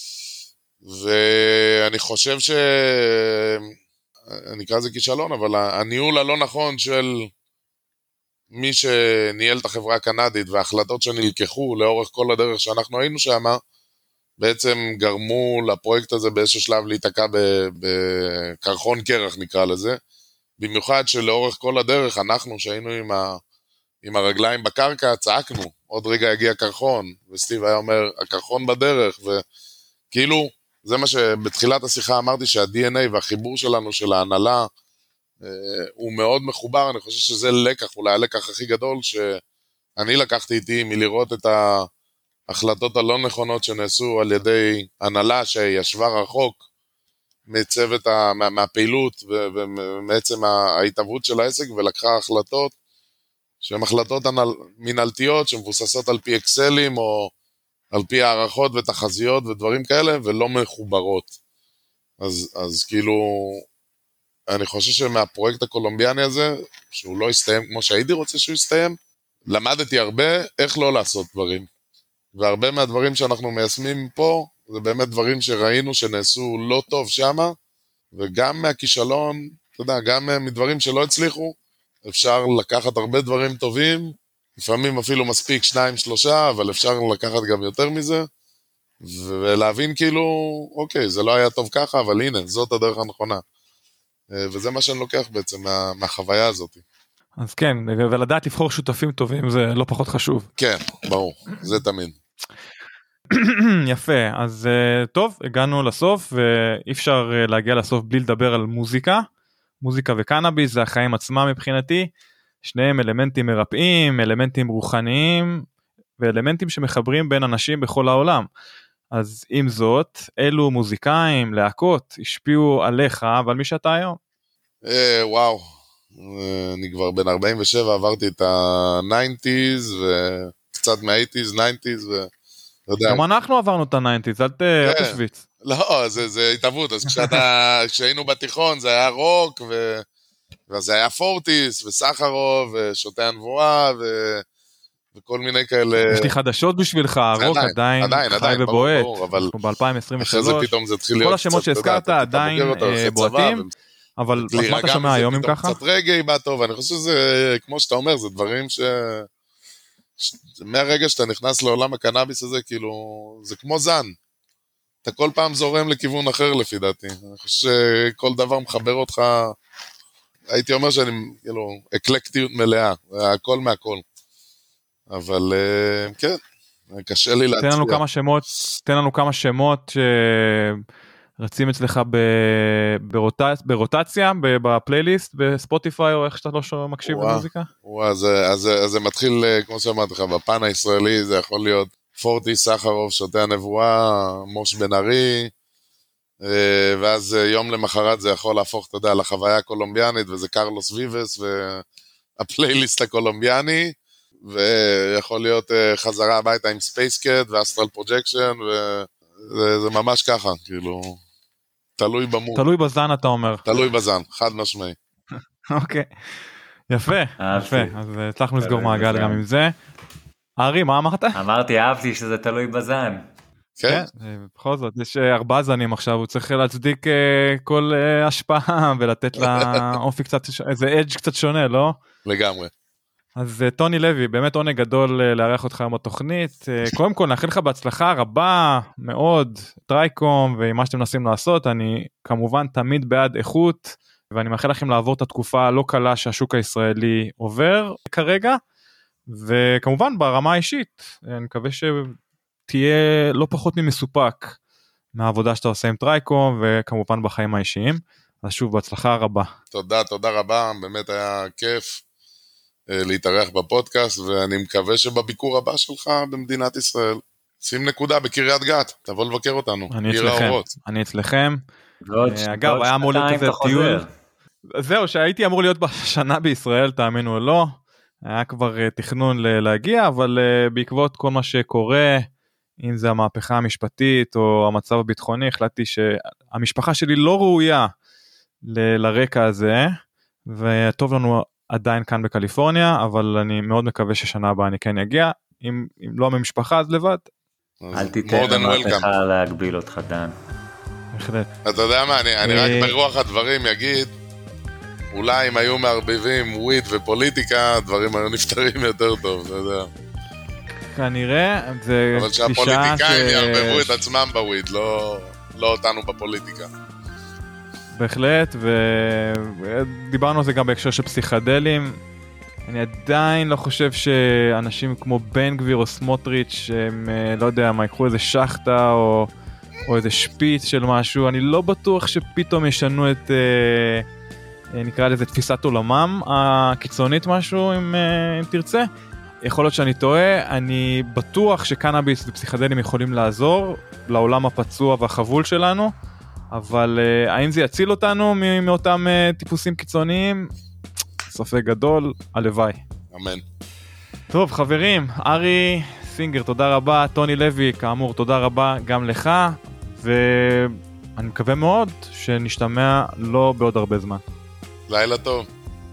ואני חושב ש... אני אקרא לזה כישלון, אבל הניהול הלא נכון של מי שניהל את החברה הקנדית, וההחלטות שנלקחו לאורך כל הדרך שאנחנו היינו שם, בעצם גרמו לפרויקט הזה באיזשהו שלב להיתקע בקרחון קרח נקרא לזה, במיוחד שלאורך כל הדרך אנחנו שהיינו עם, ה, עם הרגליים בקרקע צעקנו, עוד רגע יגיע קרחון, וסטיב היה אומר הקרחון בדרך, וכאילו זה מה שבתחילת השיחה אמרתי שה-די אן איי והחיבור שלנו של ההנהלה הוא מאוד מחובר, אני חושב שזה לקח, אולי הלקח הכי גדול שאני לקחתי איתי מלראות את ה... החלטות הלא נכונות שנעשו על ידי הנהלה שישבה רחוק מצוות, ה, מה, מהפעילות ומעצם ההתעברות של העסק, ולקחה החלטות שהן החלטות מנהלתיות שמבוססות על פי אקסלים או על פי הערכות ותחזיות ודברים כאלה, ולא מחוברות. אז, אז כאילו, אני חושב שמהפרויקט הקולומביאני הזה, שהוא לא יסתיים כמו שהייתי רוצה שהוא יסתיים, למדתי הרבה איך לא לעשות דברים. והרבה מהדברים שאנחנו מיישמים פה, זה באמת דברים שראינו שנעשו לא טוב שמה, וגם מהכישלון, אתה יודע, גם מדברים שלא הצליחו, אפשר לקחת הרבה דברים טובים, לפעמים אפילו מספיק שניים, שלושה, אבל אפשר לקחת גם יותר מזה, ולהבין כאילו, אוקיי, זה לא היה טוב ככה, אבל הנה, זאת הדרך הנכונה. וזה מה שאני לוקח בעצם מה, מהחוויה הזאת. אז כן, ולדעת לבחור שותפים טובים זה לא פחות חשוב. כן, ברור, זה תמיד. יפה, אז טוב, הגענו לסוף, ואי אפשר להגיע לסוף בלי לדבר על מוזיקה. מוזיקה וקנאביס זה החיים עצמם מבחינתי, שניהם אלמנטים מרפאים, אלמנטים רוחניים, ואלמנטים שמחברים בין אנשים בכל העולם. אז עם זאת, אילו מוזיקאים, להקות, השפיעו עליך ועל מי שאתה היום? אה, וואו, אני כבר בן ארבעים ושבע, עברתי את ה-תשעים, וקצת מה-שמונים, תשעים, ו... גם אנחנו עברנו את ה-תשעים, אל תשוויץ. לא, זה התאבות, אז כשהיינו בתיכון זה היה רוק, וזה היה פורטיס, וסחרוב, ושוטי הנבואה, וכל מיני כאלה... יש לי חדשות בשבילך, הרוק עדיין חי ובועט, אנחנו ב-אלפיים עשרים ושלוש, כל השמות שהזכרת עדיין בועטים, אבל מה אתה שומע היום אם ככה? קצת רגעי בא טוב, אני חושב שזה, כמו שאתה אומר, זה דברים ש... מהרגע שאתה נכנס לעולם הקנאביס הזה, כאילו, זה כמו זן. אתה כל פעם זורם לכיוון אחר לפי דעתי. אני חושב שכל דבר מחבר אותך, הייתי אומר שאני, כאילו, אקלקטיות מלאה, הכל מהכל. אבל, כן, קשה לי להצליח. תן לנו כמה שמות, תן לנו כמה שמות שרצים אצלך ברוטציה, בפלייליסט, בספוטיפיי, או איך שאתה לא מקשיב למוזיקה? וואו, אז זה מתחיל, כמו שאמרתי לך, בפן הישראלי, זה יכול להיות פורטי, סחרוב, שוטי הנבואה, מוש בן ארי, ואז יום למחרת זה יכול להפוך, אתה יודע, לחוויה הקולומביאנית, וזה קרלוס ויבס, והפלייליסט הקולומביאני, ויכול להיות חזרה הביתה עם ספייסקט, ואסטרל פרוג'קשן, וזה ממש ככה, כאילו, תלוי במור. תלוי בזן אתה אומר. תלוי בזן, חד משמעי. אוקיי, יפה, יפה, אז הצלחנו לסגור מעגל גם עם זה. ארי, מה אמרת? אמרתי, אהבתי שזה תלוי בזן. כן. בכל זאת, יש ארבעה זנים עכשיו, הוא צריך להצדיק כל השפעה, ולתת לה אופי קצת, איזה אדג' קצת שונה, לא? לגמרי. אז טוני לוי, באמת עונג גדול לארח אותך עם התוכנית. קודם כל, נאחל לך בהצלחה רבה מאוד, טרייקום, ועם מה שאתם מנסים לעשות. אני כמובן תמיד בעד איכות, ואני מאחל לכם לעבור את התקופה הלא קלה שהשוק הישראלי עובר כרגע, וכמובן ברמה האישית, אני מקווה שתהיה לא פחות ממסופק מהעבודה שאתה עושה עם טרייקום, וכמובן בחיים האישיים. אז שוב, בהצלחה רבה. תודה, תודה רבה, באמת היה כיף להתארח בפודקאסט, ואני מקווה שבביקור הבא שלך במדינת ישראל. שים נקודה בקריית גת, תבוא לבקר אותנו. אני אצלכם, אני אצלכם. אגב, היה אמור להיות כזה טיול. זהו, שהייתי אמור להיות בשנה בישראל, תאמינו או לא. היה כבר תכנון להגיע, אבל בעקבות כל מה שקורה, אם זה המהפכה המשפטית או המצב הביטחוני, החלטתי שהמשפחה שלי לא ראויה ל- לרקע הזה, וטוב לנו עדיין כאן בקליפורניה, אבל אני מאוד מקווה ששנה הבאה אני כן אגיע, אם, אם לא ממשפחה אז לבד. אל תיתן למהפכה להגביל אותך, דן. בהחלט. אתה יודע מה, אני, אני רק ברוח הדברים יגיד, אולי אם היו מערבבים וויד ופוליטיקה, הדברים היו נפטרים יותר טוב, אתה יודע. כנראה, זה אבל שהפוליטיקאים יערבבו את עצמם בוויד, לא, לא אותנו בפוליטיקה. בהחלט, ודיברנו על זה גם בהקשר של פסיכדלים. אני עדיין לא חושב שאנשים כמו בן גביר או סמוטריץ' הם, לא יודע מה, יקחו איזה שחטה או, או איזה שפיץ של משהו. אני לא בטוח שפתאום ישנו את, נקרא לזה תפיסת עולמם הקיצונית משהו, אם, אם תרצה. יכול להיות שאני טועה, אני בטוח שקנאביס ופסיכדלים יכולים לעזור לעולם הפצוע והחבול שלנו, אבל uh, האם זה יציל אותנו מאותם uh, טיפוסים קיצוניים? ספק גדול, הלוואי. אמן. טוב חברים, ארי סינגר תודה רבה, טוני לוי כאמור תודה רבה גם לך, ואני מקווה מאוד שנשתמע לא בעוד הרבה זמן. לילה טוב.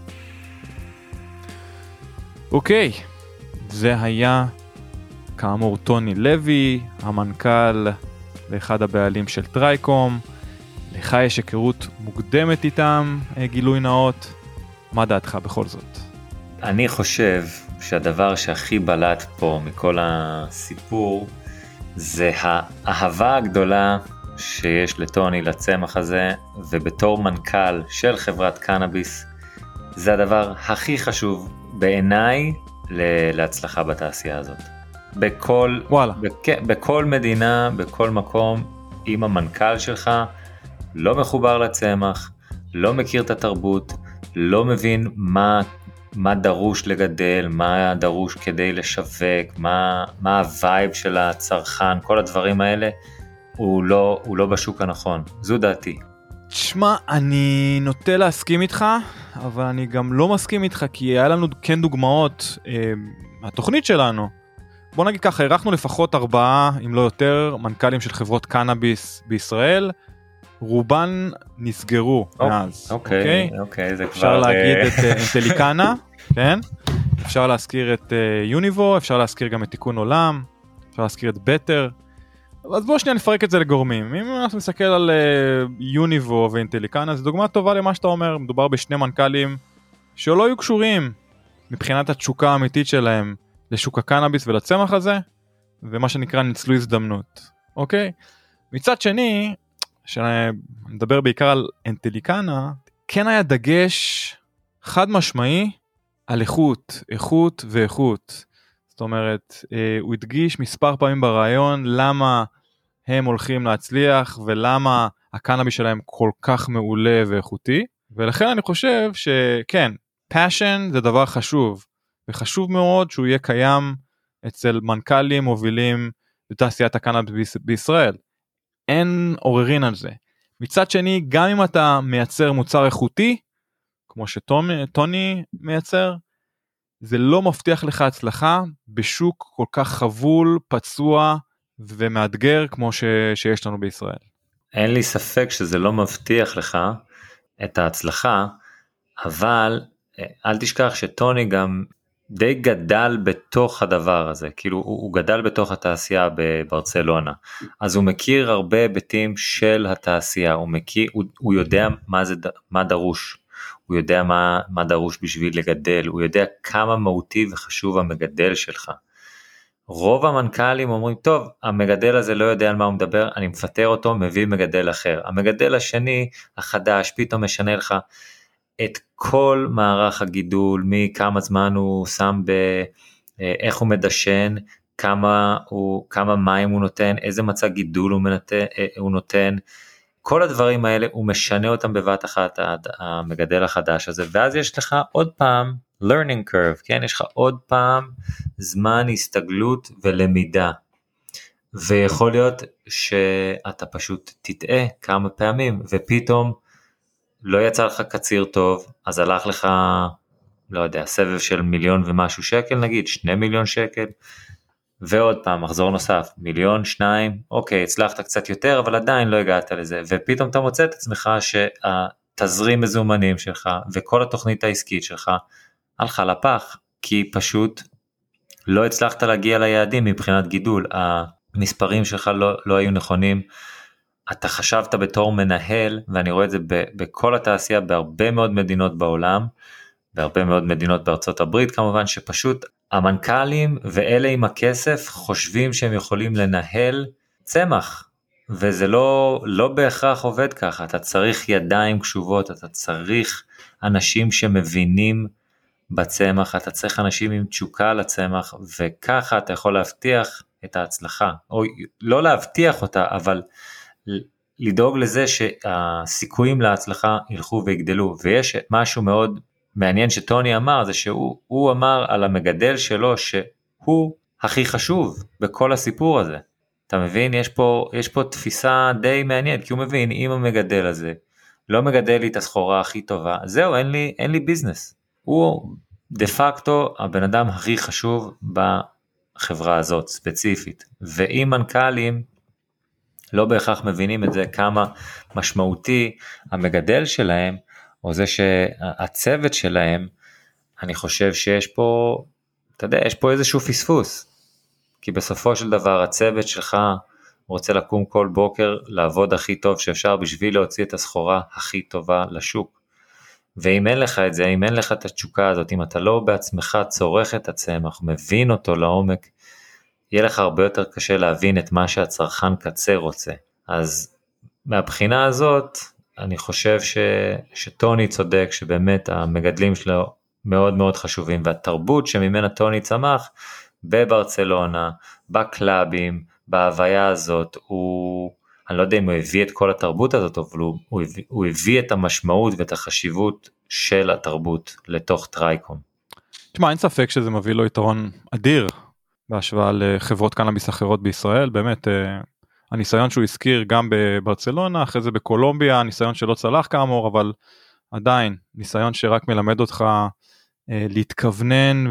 אוקיי, זה היה כאמור טוני לוי, המנכ"ל ואחד הבעלים של טרייקום. לך יש היכרות מוקדמת איתם, גילוי נאות, מה דעתך בכל זאת? אני חושב שהדבר שהכי בלט פה מכל הסיפור, זה האהבה הגדולה שיש לטוני לצמח הזה, ובתור מנכ"ל של חברת קנאביס, זה הדבר הכי חשוב בעיניי להצלחה בתעשייה הזאת. בכל, בכ, בכל מדינה, בכל מקום, אם המנכ"ל שלך לא מחובר לצמח, לא מכיר את התרבות, לא מבין מה, מה דרוש לגדל, מה דרוש כדי לשווק, מה, מה הווייב של הצרכן, כל הדברים האלה, הוא לא, הוא לא בשוק הנכון. זו דעתי. תשמע, אני נוטה להסכים איתך, אבל אני גם לא מסכים איתך, כי היה לנו כן דוגמאות אה, מהתוכנית שלנו. בוא נגיד ככה, ערכנו לפחות ארבעה, אם לא יותר, מנכ"לים של חברות קנאביס בישראל, רובן נסגרו מאז. אוקיי, אוקיי, זה כבר... אפשר להגיד את אינטליקנה, כן? אפשר להזכיר את יוניבו, אפשר להזכיר גם את תיקון עולם, אפשר להזכיר את בטר. אז בואו שנייה נפרק את זה לגורמים. אם אנחנו נסתכל על יוניבו ואינטליקנה, זו דוגמה טובה למה שאתה אומר. מדובר בשני מנכ"לים שלא היו קשורים מבחינת התשוקה האמיתית שלהם לשוק הקנאביס ולצמח הזה, ומה שנקרא ניצלו הזדמנות. אוקיי? מצד שני, שנדבר בעיקר על אינטליקנה, כן היה דגש חד משמעי על איכות, איכות ואיכות. זאת אומרת, הוא הדגיש מספר פעמים ברעיון למה הם הולכים להצליח ולמה הקנאביס שלהם כל כך מעולה ואיכותי, ולכן אני חושב שכן, passion זה דבר חשוב, וחשוב מאוד שהוא יהיה קיים אצל מנכ"לים מובילים בתעשיית הקנאביס בישראל. אין עוררין על זה. מצד שני, גם אם אתה מייצר מוצר איכותי, כמו שטוני מייצר, זה לא מבטיח לך הצלחה בשוק כל כך חבול, פצוע ומאתגר כמו ש... שיש לנו בישראל. אין לי ספק שזה לא מבטיח לך את ההצלחה, אבל אל תשכח שטוני גם די גדל בתוך הדבר הזה, כאילו הוא, הוא גדל בתוך התעשייה בברצלונה, אז הוא מכיר הרבה היבטים של התעשייה, הוא מכיר, הוא, הוא יודע מה זה, מה דרוש, הוא יודע מה, מה דרוש בשביל לגדל, הוא יודע כמה מהותי וחשוב המגדל שלך. רוב המנכ"לים אומרים, טוב, המגדל הזה לא יודע על מה הוא מדבר, אני מפטר אותו, מביא מגדל אחר. המגדל השני, החדש, פתאום משנה לך את כל מערך הגידול, מכמה זמן הוא שם, ב, איך הוא מדשן, כמה, הוא, כמה מים הוא נותן, איזה מצע גידול הוא, מנתן, הוא נותן, כל הדברים האלה הוא משנה אותם בבת אחת, המגדל החדש הזה, ואז יש לך עוד פעם learning curve, כן? יש לך עוד פעם זמן הסתגלות ולמידה, ויכול להיות שאתה פשוט תטעה כמה פעמים, ופתאום לא יצא לך קציר טוב, אז הלך לך, לא יודע, סבב של מיליון ומשהו שקל נגיד, שני מיליון שקל, ועוד פעם, מחזור נוסף, מיליון, שניים, אוקיי, הצלחת קצת יותר, אבל עדיין לא הגעת לזה, ופתאום אתה מוצא את עצמך שהתזרים מזומנים שלך, וכל התוכנית העסקית שלך, הלכה לפח, כי פשוט לא הצלחת להגיע ליעדים מבחינת גידול, המספרים שלך לא, לא היו נכונים, אתה חשבת בתור מנהל, ואני רואה את זה בכל התעשייה, בהרבה מאוד מדינות בעולם, בהרבה מאוד מדינות בארצות הברית כמובן, שפשוט המנכ"לים ואלה עם הכסף חושבים שהם יכולים לנהל צמח, וזה לא, לא בהכרח עובד ככה, אתה צריך ידיים קשובות, אתה צריך אנשים שמבינים בצמח, אתה צריך אנשים עם תשוקה לצמח, וככה אתה יכול להבטיח את ההצלחה, או לא להבטיח אותה, אבל לדאוג לזה שהסיכויים להצלחה ילכו ויגדלו, ויש משהו מאוד מעניין שטוני אמר, זה שהוא אמר על המגדל שלו, שהוא הכי חשוב בכל הסיפור הזה, אתה מבין? יש פה, יש פה תפיסה די מעניינת, כי הוא מבין, אם המגדל הזה לא מגדל לי את הסחורה הכי טובה, זהו, אין לי, אין לי ביזנס, הוא דה פקטו הבן אדם הכי חשוב בחברה הזאת ספציפית, ואם מנכ"לים לא בהכרח מבינים את זה, כמה משמעותי המגדל שלהם, או זה שהצוות שלהם, אני חושב שיש פה, אתה יודע, יש פה איזשהו פספוס, כי בסופו של דבר הצוות שלך רוצה לקום כל בוקר, לעבוד הכי טוב שאפשר, בשביל להוציא את הסחורה הכי טובה לשוק, ואם אין לך את זה, אם אין לך את התשוקה הזאת, אם אתה לא בעצמך צורך את הצמח, מבין אותו לעומק, יהיה לך הרבה יותר קשה להבין את מה שהצרכן קצה רוצה. אז מהבחינה הזאת, אני חושב ש, שטוני צודק, שבאמת המגדלים שלו מאוד מאוד חשובים, והתרבות שממנה טוני צמח, בברצלונה, בקלאבים, בהוויה הזאת, הוא, אני לא יודע אם הוא הביא את כל התרבות הזאת, אבל הוא, הוא, הביא, הוא הביא את המשמעות ואת החשיבות של התרבות לתוך טרייקום. תשמע, אין ספק שזה מביא לו יתרון אדיר, בהשוואה לחברות קנאביס אחרות בישראל, באמת הניסיון שהוא הזכיר גם בברצלונה, אחרי זה בקולומביה, ניסיון שלא צלח כאמור, אבל עדיין ניסיון שרק מלמד אותך להתכוונן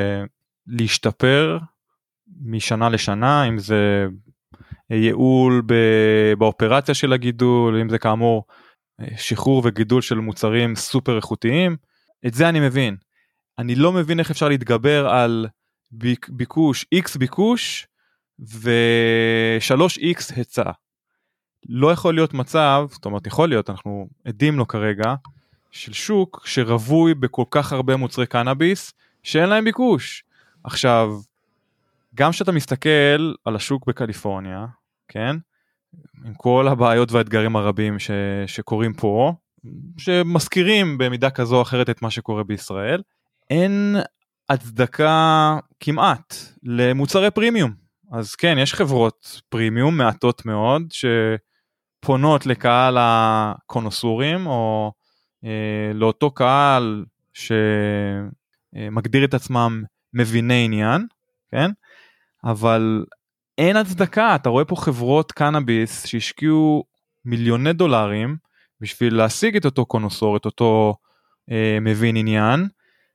ולהשתפר משנה לשנה, אם זה ייעול באופרציה של הגידול, אם זה כאמור שחרור וגידול של מוצרים סופר איכותיים, את זה אני מבין. אני לא מבין איך אפשר להתגבר על ביקוש, X ביקוש ו-שלוש איקס היצע. לא יכול להיות מצב, זאת אומרת יכול להיות, אנחנו עדים לו כרגע, של שוק שרווי בכל כך הרבה מוצרי קנאביס, שאין להם ביקוש. עכשיו, גם שאתה מסתכל על השוק בקליפורניה, כן? עם כל הבעיות והאתגרים הרבים ש- שקורים פה, שמזכירים במידה כזו או אחרת את מה שקורה בישראל, אין הצדקה כמעט למוצרי פרימיום. אז כן, יש חברות פרימיום מעטות מאוד שפונות לקהל הקונוסורים או אה, לאותו קהל שמגדיר את עצמם מביני עניין, כן? אבל אין הצדקה, אתה רואה פה חברות קנאביס שהשקיעו מיליוני דולרים בשביל להשיג את אותו קונוסור, את אותו אה, מבין עניין,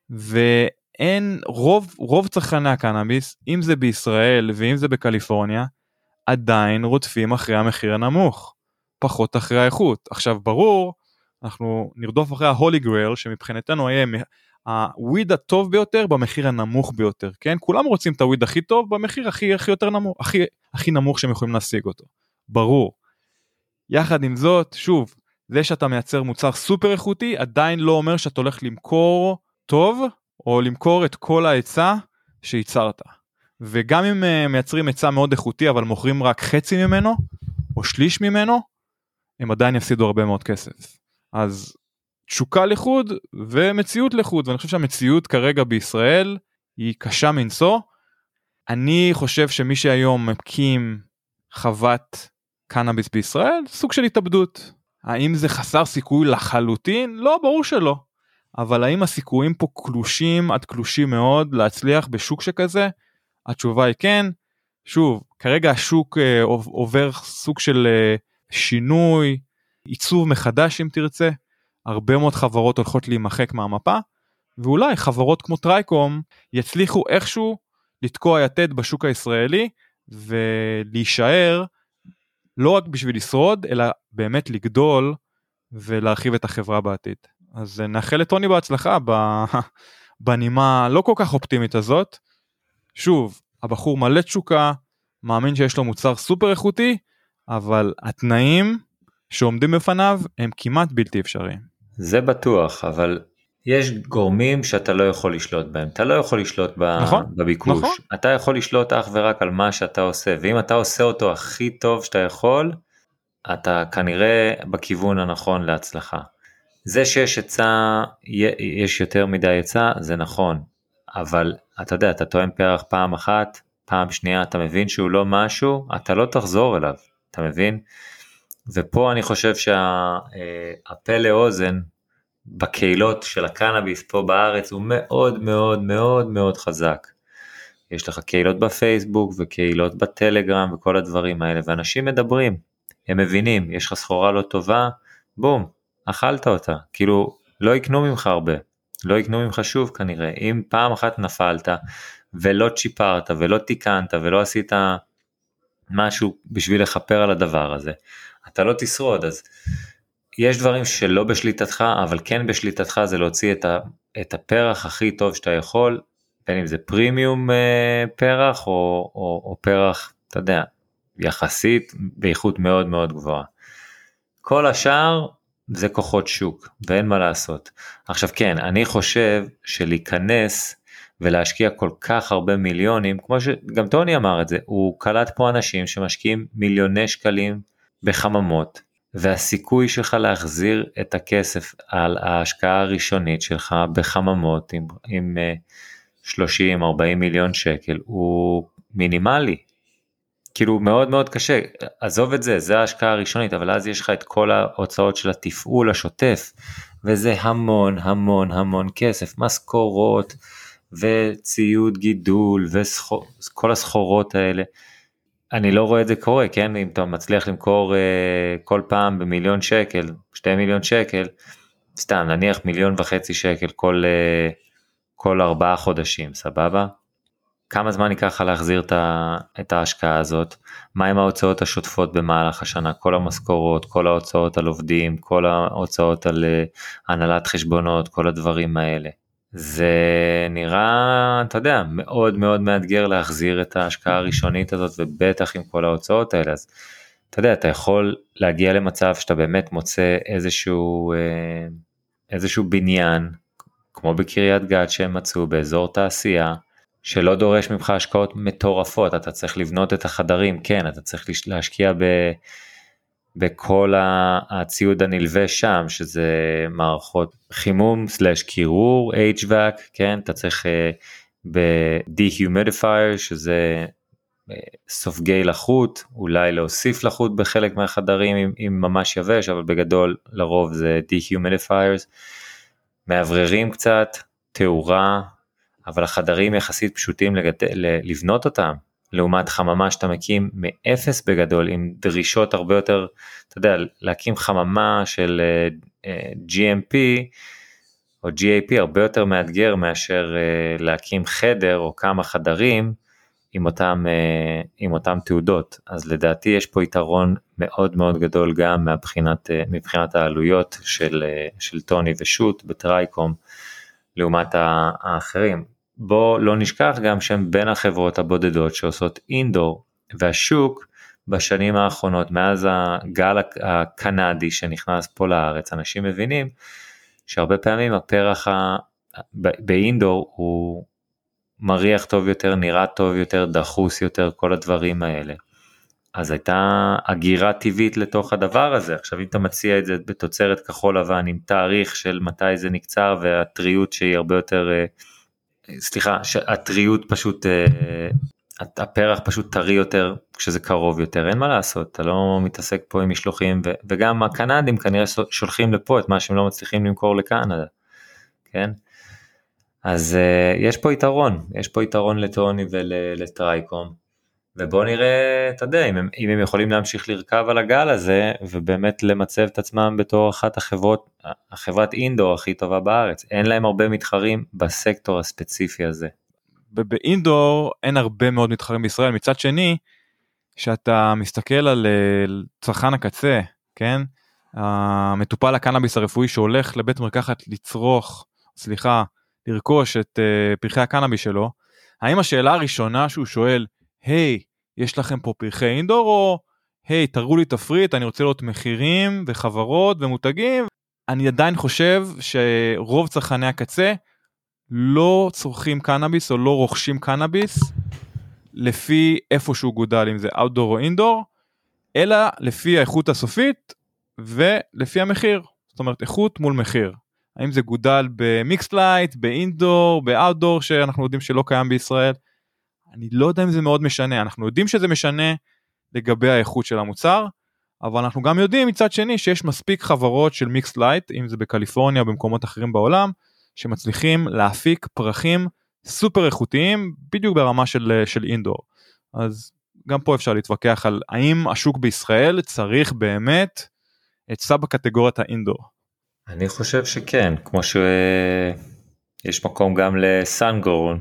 ואין, רוב, רוב צרכני הקנאביס, אם זה בישראל ואם זה בקליפורניה, עדיין רודפים אחרי המחיר הנמוך, פחות אחרי האיכות. עכשיו ברור, אנחנו נרדוף אחרי ההולי גרייל, שמבחינתנו יהיה הוויד הטוב ביותר במחיר הנמוך ביותר, כן? כולם רוצים את הוויד הכי טוב במחיר הכי, הכי יותר נמוך, הכי, הכי נמוך שהם יכולים להשיג אותו. ברור. יחד עם זאת, שוב, זה שאתה מייצר מוצר סופר איכותי, עדיין לא אומר שאתה הולך למכור טוב, או למכור את כל ההיצע שייצרת. וגם אם מייצרים היצע מאוד איכותי, אבל מוכרים רק חצי ממנו, או שליש ממנו, הם עדיין יפסידו הרבה מאוד כסף. אז תשוקה לחוד ומציאות לחוד, ואני חושב שהמציאות כרגע בישראל היא קשה מנשוא. אני חושב שמי שהיום מקים חוות קנאביס בישראל, זה סוג של התאבדות. האם זה חסר סיכוי לחלוטין? לא, ברור שלא. אבל האם הסיכויים פה קלושים עד קלושים מאוד להצליח בשוק שכזה? התשובה היא כן, שוב, כרגע השוק אה, עובר סוג של אה, שינוי, עיצוב מחדש אם תרצה, הרבה מאוד חברות הולכות להימחק מהמפה, ואולי חברות כמו טרייקום יצליחו איכשהו לתקוע יתד בשוק הישראלי, ולהישאר לא רק בשביל לשרוד, אלא באמת לגדול ולהרחיב את החברה בעתיד. אז נאחל לטוני בהצלחה בנימה לא כל כך אופטימית הזאת. שוב, הבחור מלא תשוקה, מאמין שיש לו מוצר סופר איכותי, אבל התנאים שעומדים בפניו הם כמעט בלתי אפשריים. זה בטוח, אבל יש גורמים שאתה לא יכול לשלוט בהם, אתה לא יכול לשלוט ב... נכון, בביקוש, נכון. אתה יכול לשלוט אך ורק על מה שאתה עושה, ואם אתה עושה אותו הכי טוב שאתה יכול, אתה כנראה בכיוון הנכון להצלחה. זה שיש היצע, יש יותר מדי היצע, זה נכון, אבל אתה יודע, אתה טוען פרח פעם אחת, פעם שנייה, אתה מבין שהוא לא משהו, אתה לא תחזור אליו, אתה מבין? ופה אני חושב שהפה לאוזן, בקהילות של הקנאביס פה בארץ, הוא מאוד מאוד מאוד מאוד חזק. יש לך קהילות בפייסבוק, וקהילות בטלגרם, וכל הדברים האלה, ואנשים מדברים, הם מבינים, יש לך סחורה לא טובה, בום, אכלת אותה, כאילו, לא יקנו ממך הרבה, לא יקנו ממך שוב כנראה, אם פעם אחת נפלת, ולא צ'יפרת, ולא תיקנת, ולא עשית משהו בשביל לחפר על הדבר הזה, אתה לא תשרוד. אז יש דברים שלא בשליטתך, אבל כן בשליטתך, זה להוציא את, ה, את הפרח הכי טוב שאתה יכול, בין אם זה פרימיום אה, פרח, או, או, או פרח, אתה יודע, יחסית, באיכות מאוד מאוד גבוהה. כל השאר, זה כוחות שוק, ואין מה לעשות. עכשיו כן, אני חושב שלהיכנס ולהשקיע כל כך הרבה מיליונים, כמו שגם טוני אמר את זה, הוא קלט פה אנשים שמשקיעים מיליוני שקלים בחממות, והסיכוי שלך להחזיר את הכסף על ההשקעה הראשונית שלך בחממות עם, עם שלושים ארבעים מיליון שקל, הוא מינימלי. כאילו מאוד מאוד קשה, עזוב את זה, זה ההשקעה הראשונית, אבל אז יש לך את כל ההוצאות של התפעול השוטף, וזה המון המון המון כסף, משכורות וציוד גידול וכל הסחורות האלה. אני לא רואה את זה קורה, כן? אם אתה מצליח למכור uh, כל פעם במיליון שקל, שתי מיליון שקל, סתם נניח מיליון וחצי שקל כל, uh, כל ארבעה חודשים, סבבה? כמה זמן ייקח לך להחזיר את ההשקעה הזאת? מה עם ההוצאות השוטפות במהלך השנה? כל המשכורות, כל ההוצאות על עובדים, כל ההוצאות על הנהלת חשבונות, כל הדברים האלה. זה נראה, אתה יודע, מאוד מאוד מאתגר להחזיר את ההשקעה הראשונית הזאת, ובטח עם כל ההוצאות האלה. אז אתה יודע, אתה יכול להגיע למצב שאתה באמת מוצא איזשהו, איזשהו בניין, כמו בקריית גת שהם מצאו באזור תעשייה, שלא דורש ממך השקעות מטורפות, אתה צריך לבנות את החדרים, כן, אתה צריך להשקיע ב, בכל הציוד הנלווה שם, שזה מערכות חימום סלש קירור, אייץ' ואק, כן, אתה צריך ב-dehumidifier, שזה סופגי לחות, אולי להוסיף לחות בחלק מהחדרים, אם, אם ממש יבש, אבל בגדול לרוב זה dehumidifiers, מאווררים קצת, תאורה, אבל החדרים יחסית פשוטים לגד... לבנות אותם, לעומת חממה שאתה מקים מאפס בגדול, עם דרישות הרבה יותר, אתה יודע, להקים חממה של uh, ג'י אם פי, או ג'י איי פי, הרבה יותר מאתגר מאשר uh, להקים חדר, או כמה חדרים, עם אותם, uh, עם אותם תעודות. אז לדעתי יש פה יתרון מאוד מאוד גדול, גם מבחינת, uh, מבחינת העלויות של, uh, של טוני ושוט, בטרייקום, לעומת האחרים. בוא לא נשכח גם שהם בין החברות הבודדות שעושות אינדור, והשוק בשנים האחרונות, מאז הגל הקנדי שנכנס פה לארץ, אנשים מבינים שהרבה פעמים הפרח באינדור הוא מריח טוב יותר, נראה טוב יותר, דחוס יותר, כל הדברים האלה. אז הייתה הגירה טבעית לתוך הדבר הזה. עכשיו אם אתה מציע את זה בתוצרת כחול לבן, עם תאריך של מתי זה נקצר, והטריות שהיא הרבה יותר, סליחה, הטריות פשוט, הפרח פשוט טרי יותר, כשזה קרוב יותר, אין מה לעשות, אתה לא מתעסק פה עם משלוחים, וגם הקנדים כנראה שולחים לפה את מה שהם לא מצליחים למכור לקנדה, כן? אז יש פה יתרון, יש פה יתרון לטוני ולטרייקום, ובוא נראה, אתה יודע, אם הם, אם הם יכולים להמשיך לרכב על הגל הזה, ובאמת למצב את עצמם בתור אחת החברות, החברת אינדור הכי טובה בארץ. אין להם הרבה מתחרים בסקטור הספציפי הזה. באינדור אין הרבה מאוד מתחרים בישראל. מצד שני, שאתה מסתכל על צרכן הקצה, כן? המטופל הקנאביס הרפואי שהולך לבית מרקחת לצרוך, סליחה, לרכוש את פרחי הקנאביס שלו, האם השאלה הראשונה שהוא שואל, היי, יש לכם פה פרחי אינדור, או היי, תראו לי תפריט, אני רוצה לראות מחירים וחברות ומותגים. אני עדיין חושב שרוב צרכני הקצה לא צורכים קנאביס או לא רוכשים קנאביס לפי איפה שהוא גודל, אם זה אאוטדור או אינדור, אלא לפי האיכות הסופית ולפי המחיר. זאת אומרת, איכות מול מחיר. האם זה גודל במיקס לייט, באינדור, באאוטדור, שאנחנו יודעים שלא קיים בישראל. אני לא יודע אם זה מאוד משנה. אנחנו יודעים שזה משנה לגבי האיכות של המוצר, אבל אנחנו גם יודעים מצד שני שיש מספיק חברות של מיקס לייט, אם זה בקליפורניה או במקומות אחרים בעולם, שמצליחים להפיק פרחים סופר איכותיים, בדיוק ברמה של, של אינדור. אז גם פה אפשר להתווכח על האם השוק בישראל צריך באמת את סאב קטגוריית האינדור. אני חושב שכן, כמו שיש מקום גם לסנגרון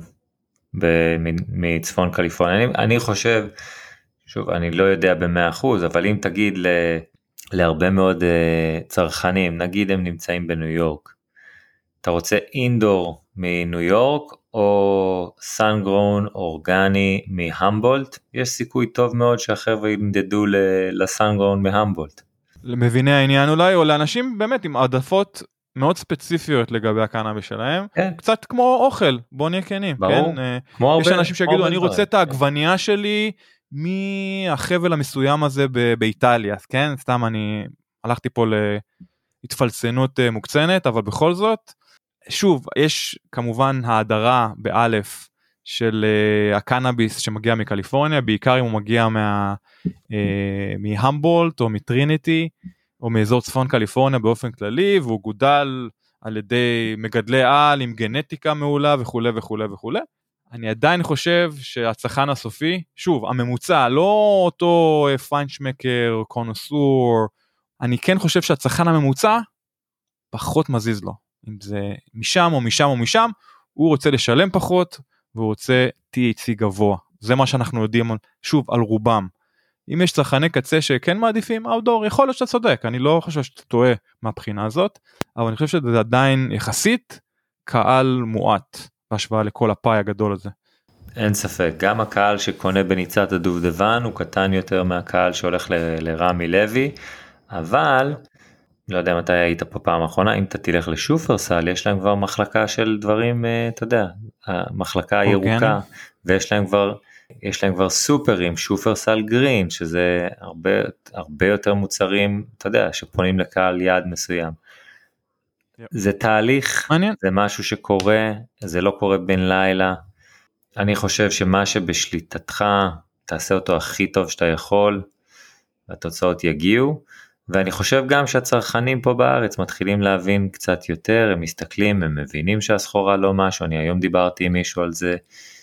מצפון קליפורניה. אני, אני חושב, שוב, אני לא יודע במאה אחוז, אבל אם תגיד ל, להרבה מאוד צרכנים, נגיד הם נמצאים בניו יורק, אתה רוצה אינדור מניו יורק, או סנגרון אורגני מהמבולט, יש סיכוי טוב מאוד שהחבר'ה ינדדו לסנגרון מהמבולט. למביני העניין אולי, או לאנשים באמת עם העדפות מאוד ספציפיות לגבי הקנאביס שלהם, כן. קצת כמו אוכל, בוא נהיה כנים. ברור. כן? כמו יש הרבה, אנשים שיגידו, אני רוצה את העגבנייה שלי מהחבל המסוים הזה ב- באיטליה, כן? סתם אני הלכתי פה להתפלסנות מוקצנת, אבל בכל זאת, שוב, יש כמובן ההדרה באלף של uh, הקנאביס שמגיע מקליפורניה, בעיקר אם הוא מגיע מה, uh, מהמבולט או מטריניטי, או מאזור צפון קליפורניה באופן כללי, והוא גודל על ידי מגדלי על עם גנטיקה מעולה וכו' וכו' וכו'. אני עדיין חושב שהצרכן הסופי, שוב, הממוצע, לא אותו פיינשמקר, קונוסור, אני כן חושב שהצרכן הממוצע פחות מזיז לו. אם זה משם או משם או משם, הוא רוצה לשלם פחות, והוא רוצה טי אייץ' סי גבוה. זה מה שאנחנו יודעים, שוב, על רובם. אם יש צרכני קצה שכן מעדיפים אאוטדור, יכול להיות שאתה צודק, אני לא חושב שאתה טועה מהבחינה הזאת, אבל אני חושב שזה עדיין יחסית קהל מועט, בהשוואה לכל הפאי הגדול הזה. אין ספק, גם הקהל שקונה בניצת הדובדבן, הוא קטן יותר מהקהל שהולך ל- לרמי לוי, אבל לא יודע מתי היית פה פעם האחרונה, אם אתה תלך לשופרסל, יש להם כבר מחלקה של דברים, אתה יודע, המחלקה הירוקה, ויש להם כבר, יש להם כבר סופרים, שופרסל גרין, שזה הרבה, הרבה יותר מוצרים, אתה יודע, שפונים לקהל יעד מסוים. זה תהליך, זה משהו שקורה, זה לא קורה בין לילה. אני חושב שמה שבשליטתך, תעשה אותו הכי טוב שאתה יכול, והתוצאות יגיעו, ואני חושב גם שהצרכנים פה בארץ מתחילים להבין קצת יותר, הם מסתכלים, הם מבינים שהסחורה לא משהו, אני היום דיברתי עם מישהו על זה,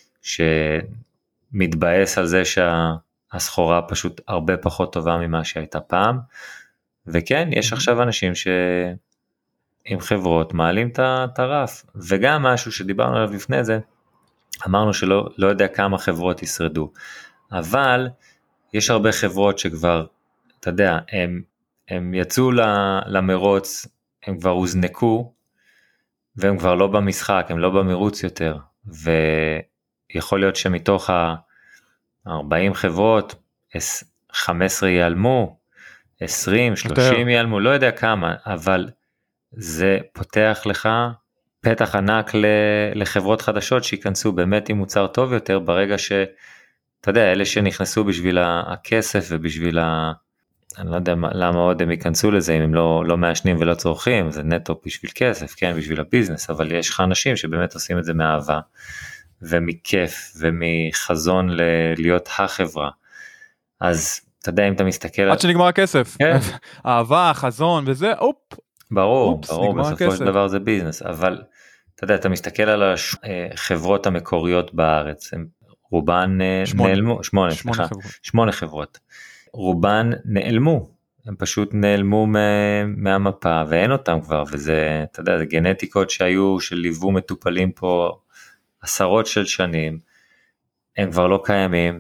שמתבאס על זה שהסחורה פשוט הרבה פחות טובה ממה שהייתה פעם, וכן, יש עכשיו אנשים שעם חברות מעלים את הרף, וגם משהו שדיברנו עליו לפני זה, אמרנו שלא לא יודע כמה חברות ישרדו, אבל יש הרבה חברות שכבר, אתה יודע, הם הם יצאו למרוץ, הם כבר הוזנקו, והם כבר לא במשחק, הם לא במרוץ יותר, ויכול להיות שמתוך ה-ארבעים חברות, חמש עשרה ייעלמו, עשרים, שלושים ייעלמו, לא יודע כמה, אבל זה פותח לך פתח ענק לחברות חדשות, שיכנסו באמת עם מוצר טוב יותר, ברגע ש, אתה יודע, אלה שנכנסו בשביל הכסף, ובשביל ה... אני לא יודע למה עוד הם ייכנסו לזה, אם הם לא, לא מעשנים ולא צורכים, זה נטו בשביל כסף, כן, בשביל הביזנס, אבל יש לך אנשים שבאמת עושים את זה מאהבה, ומכיף, ומחזון ל- להיות החברה, אז אתה יודע, אם אתה מסתכל... עד שנגמר הכסף, כן. אהבה, חזון וזה, אופ. ברור, אופס, ברור, בסופו של דבר זה ביזנס, אבל אתה יודע, אתה מסתכל על החברות המקוריות בארץ, הם, רובן שמונה. נעלמו, שמונה, שמונה סליחה, חברות. שמונה חברות, רובן נעלמו, הם פשוט נעלמו מהמפה, ואין אותם כבר, וזה, אתה יודע, זה גנטיקות שהיו, שליוו מטופלים פה עשרות של שנים, הם כבר לא קיימים,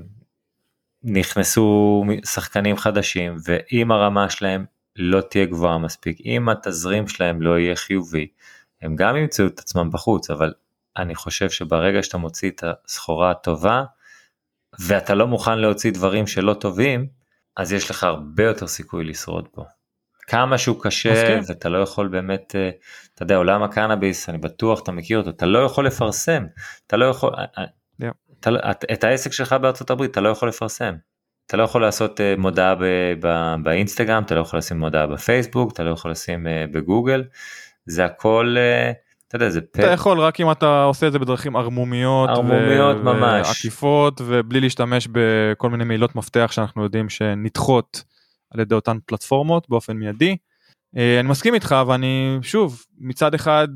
נכנסו שחקנים חדשים, ואם הרמה שלהם לא תהיה גבוהה מספיק, אם התזרים שלהם לא יהיה חיובי, הם גם ימצאו את עצמם בחוץ, אבל אני חושב שברגע שאתה מוציא את הסחורה הטובה, ואתה לא מוכן להוציא דברים שלא טובים, אז יש לך הרבה יותר סיכוי לשרוד פה. כמה שהוא קשה, מסכים. ואתה לא יכול באמת, אתה יודע, עולם הקנאביס, אני בטוח, אתה מכיר אותו, אתה לא יכול לפרסם, אתה לא יכול, yeah. אתה, את העסק שלך בארצות הברית, אתה לא יכול לפרסם, אתה לא יכול לעשות מודעה ב, ב, באינסטגרם, אתה לא יכול לשים מודעה בפייסבוק, אתה לא יכול לשים בגוגל, זה הכל, אתה יודע, זה אתה פ... יכול רק אם אתה עושה את זה בדרכים ערמומיות, ערמומיות ו... ממש. ועקיפות, ובלי להשתמש בכל מיני מילות מפתח שאנחנו יודעים שנדחות על ידי אותן פלטפורמות באופן מיידי. אני מסכים איתך, ואני שוב, מצד אחד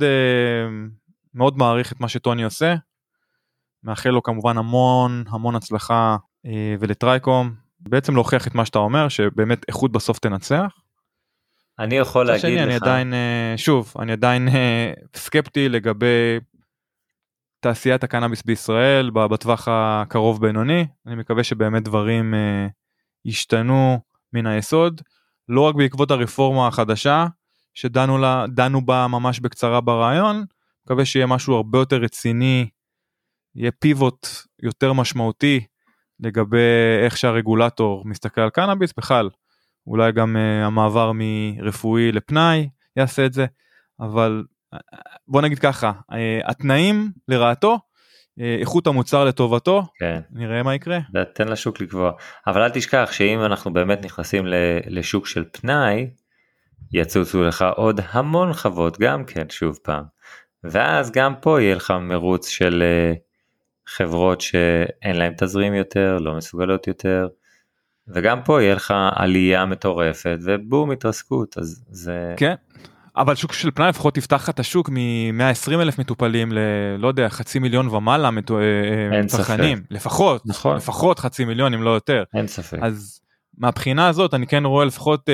מאוד מעריך את מה שטוני עושה, מאחל לו כמובן המון המון הצלחה, ולטרייקום, בעצם להוכיח את מה שאתה אומר, שבאמת איכות בסוף תנצח. אני יכול להגיד שני, לך. אני עדיין, שוב, אני עדיין סקפטי לגבי תעשיית הקנאביס בישראל, בטווח הקרוב בינוני. אני מקווה שבאמת דברים ישתנו מן היסוד, לא רק בעקבות הרפורמה החדשה, שדנו לה, דנו בה ממש בקצרה ברעיון, מקווה שיהיה משהו הרבה יותר רציני, יהיה פיבוט יותר משמעותי, לגבי איך שהרגולטור מסתכל על קנאביס, בכלל, אולי גם uh, המעבר מרפואי לפנאי יעשה את זה, אבל בוא נגיד ככה, uh, התנאים לרעתו, uh, איכות המוצר לטובתו, כן. נראה מה יקרה. תן לשוק לקבוע, אבל אל תשכח שאם אנחנו באמת נכנסים לשוק של פנאי, יצוצו לך עוד המון חוות גם כן, שוב פעם, ואז גם פה יהיה לך מרוץ של uh, חברות שאין להם תזרים יותר, לא מסוגלות יותר, וגם פה יהיה לך עלייה מטורפת, ובום, התרסקות, אז זה... כן, אבל שוק של פנאי לפחות תפתח את השוק מ-מאה ועשרים אלף מטופלים ל... לא יודע, חצי מיליון ומעלה צרכנים, לפחות, נכון. לפחות חצי מיליון, אם לא יותר. אין ספק. אז מהבחינה הזאת, אני כן רואה לפחות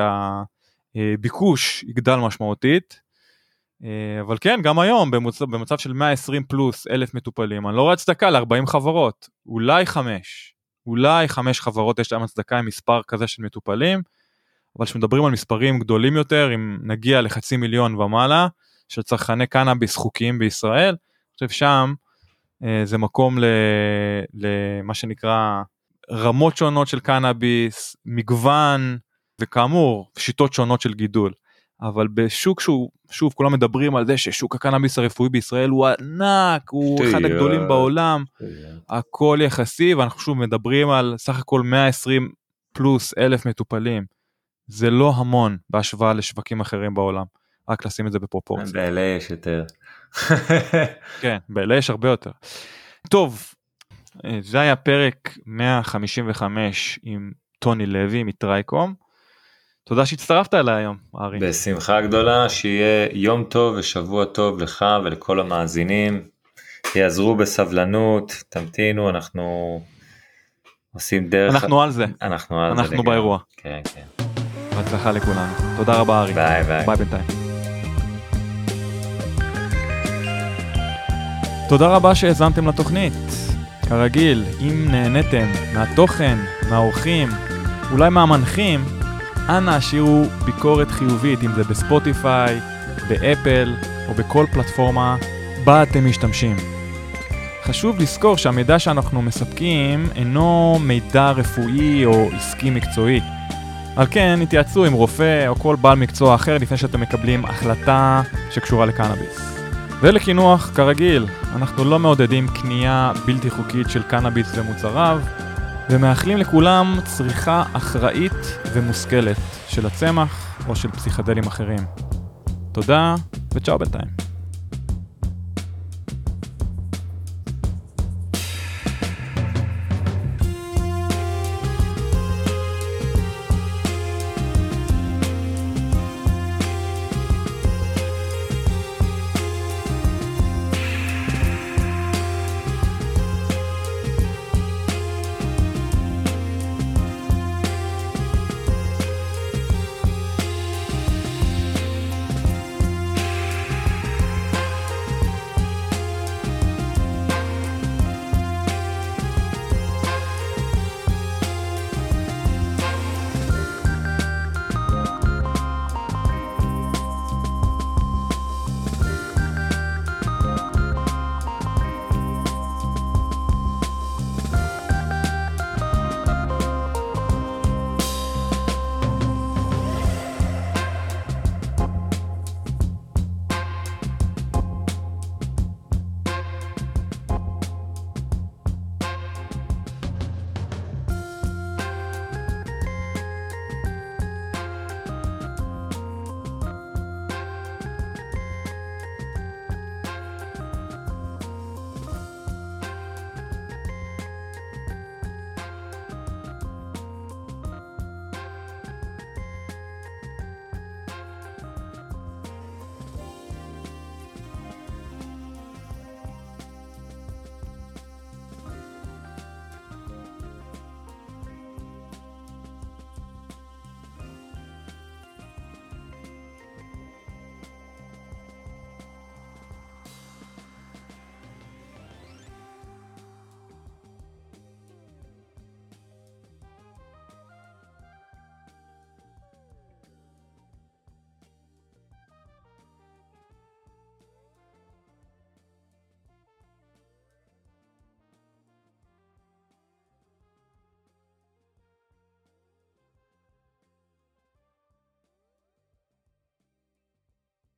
שהביקוש יגדל משמעותית, אבל כן, גם היום, במצב, במצב של מאה ועשרים פלוס אלף מטופלים, אני לא רואה הצדקה ל-ארבעים חברות, אולי חמש. אולי חמש חברות יש להם הצדקה עם מספר כזה של מטופלים, אבל שמדברים על מספרים גדולים יותר, אם נגיע לחצי מיליון ומעלה, של צרכני קנאביס חוקיים בישראל, אני חושב שם, זה מקום למה שנקרא, רמות שונות של קנאביס, מגוון, וכאמור, שיטות שונות של גידול. אבל בשוק שהוא, שוב, כולם מדברים על זה ששוק הקנאביס הרפואי בישראל הוא ענק, הוא אחד הגדולים בעולם, הכל יחסי, ואנחנו שוב מדברים על סך הכל מאה ועשרים פלוס אלף מטופלים. זה לא המון בהשוואה לשווקים אחרים בעולם, רק לשים את זה בפרופורציה. ב-אל איי יש יותר. כן, ב-אל איי יש הרבה יותר. טוב, זה היה פרק מאה חמישים וחמש עם טוני לוי מטרייקום, תודה שהצטרפת אליי היום, ארי. בשמחה גדולה, שיהיה יום טוב ושבוע טוב לך ולכל המאזינים, יעזרו בסבלנות, תמתינו, אנחנו עושים דרך... אנחנו על זה. אנחנו על אנחנו זה. אנחנו באירוע. כן, כן. בהצלחה לכולנו. תודה רבה, ארי. ביי, ביי. ביי בינתיים. תודה רבה שהזמתם לתוכנית. כרגיל, אם נהניתם מהתוכן, מהאורחים, אולי מהמנחים, אנא השאירו ביקורת חיובית, אם זה בספוטיפיי, באפל או בכל פלטפורמה בה אתם משתמשים. חשוב לזכור שהמידע שאנחנו מספקים אינו מידע רפואי או עסקי מקצועי. על כן, התייעצו עם רופא או כל בעל מקצוע אחר לפני שאתם מקבלים החלטה שקשורה לקנאביס. ולכינוח, כרגיל, אנחנו לא מעודדים קנייה בלתי חוקית של קנאביס ומוצריו, ומאחלים לכולם צריכה אחראית ומושכלת של הצמח או של פסיכדלים אחרים. תודה וצ'או בינתיים.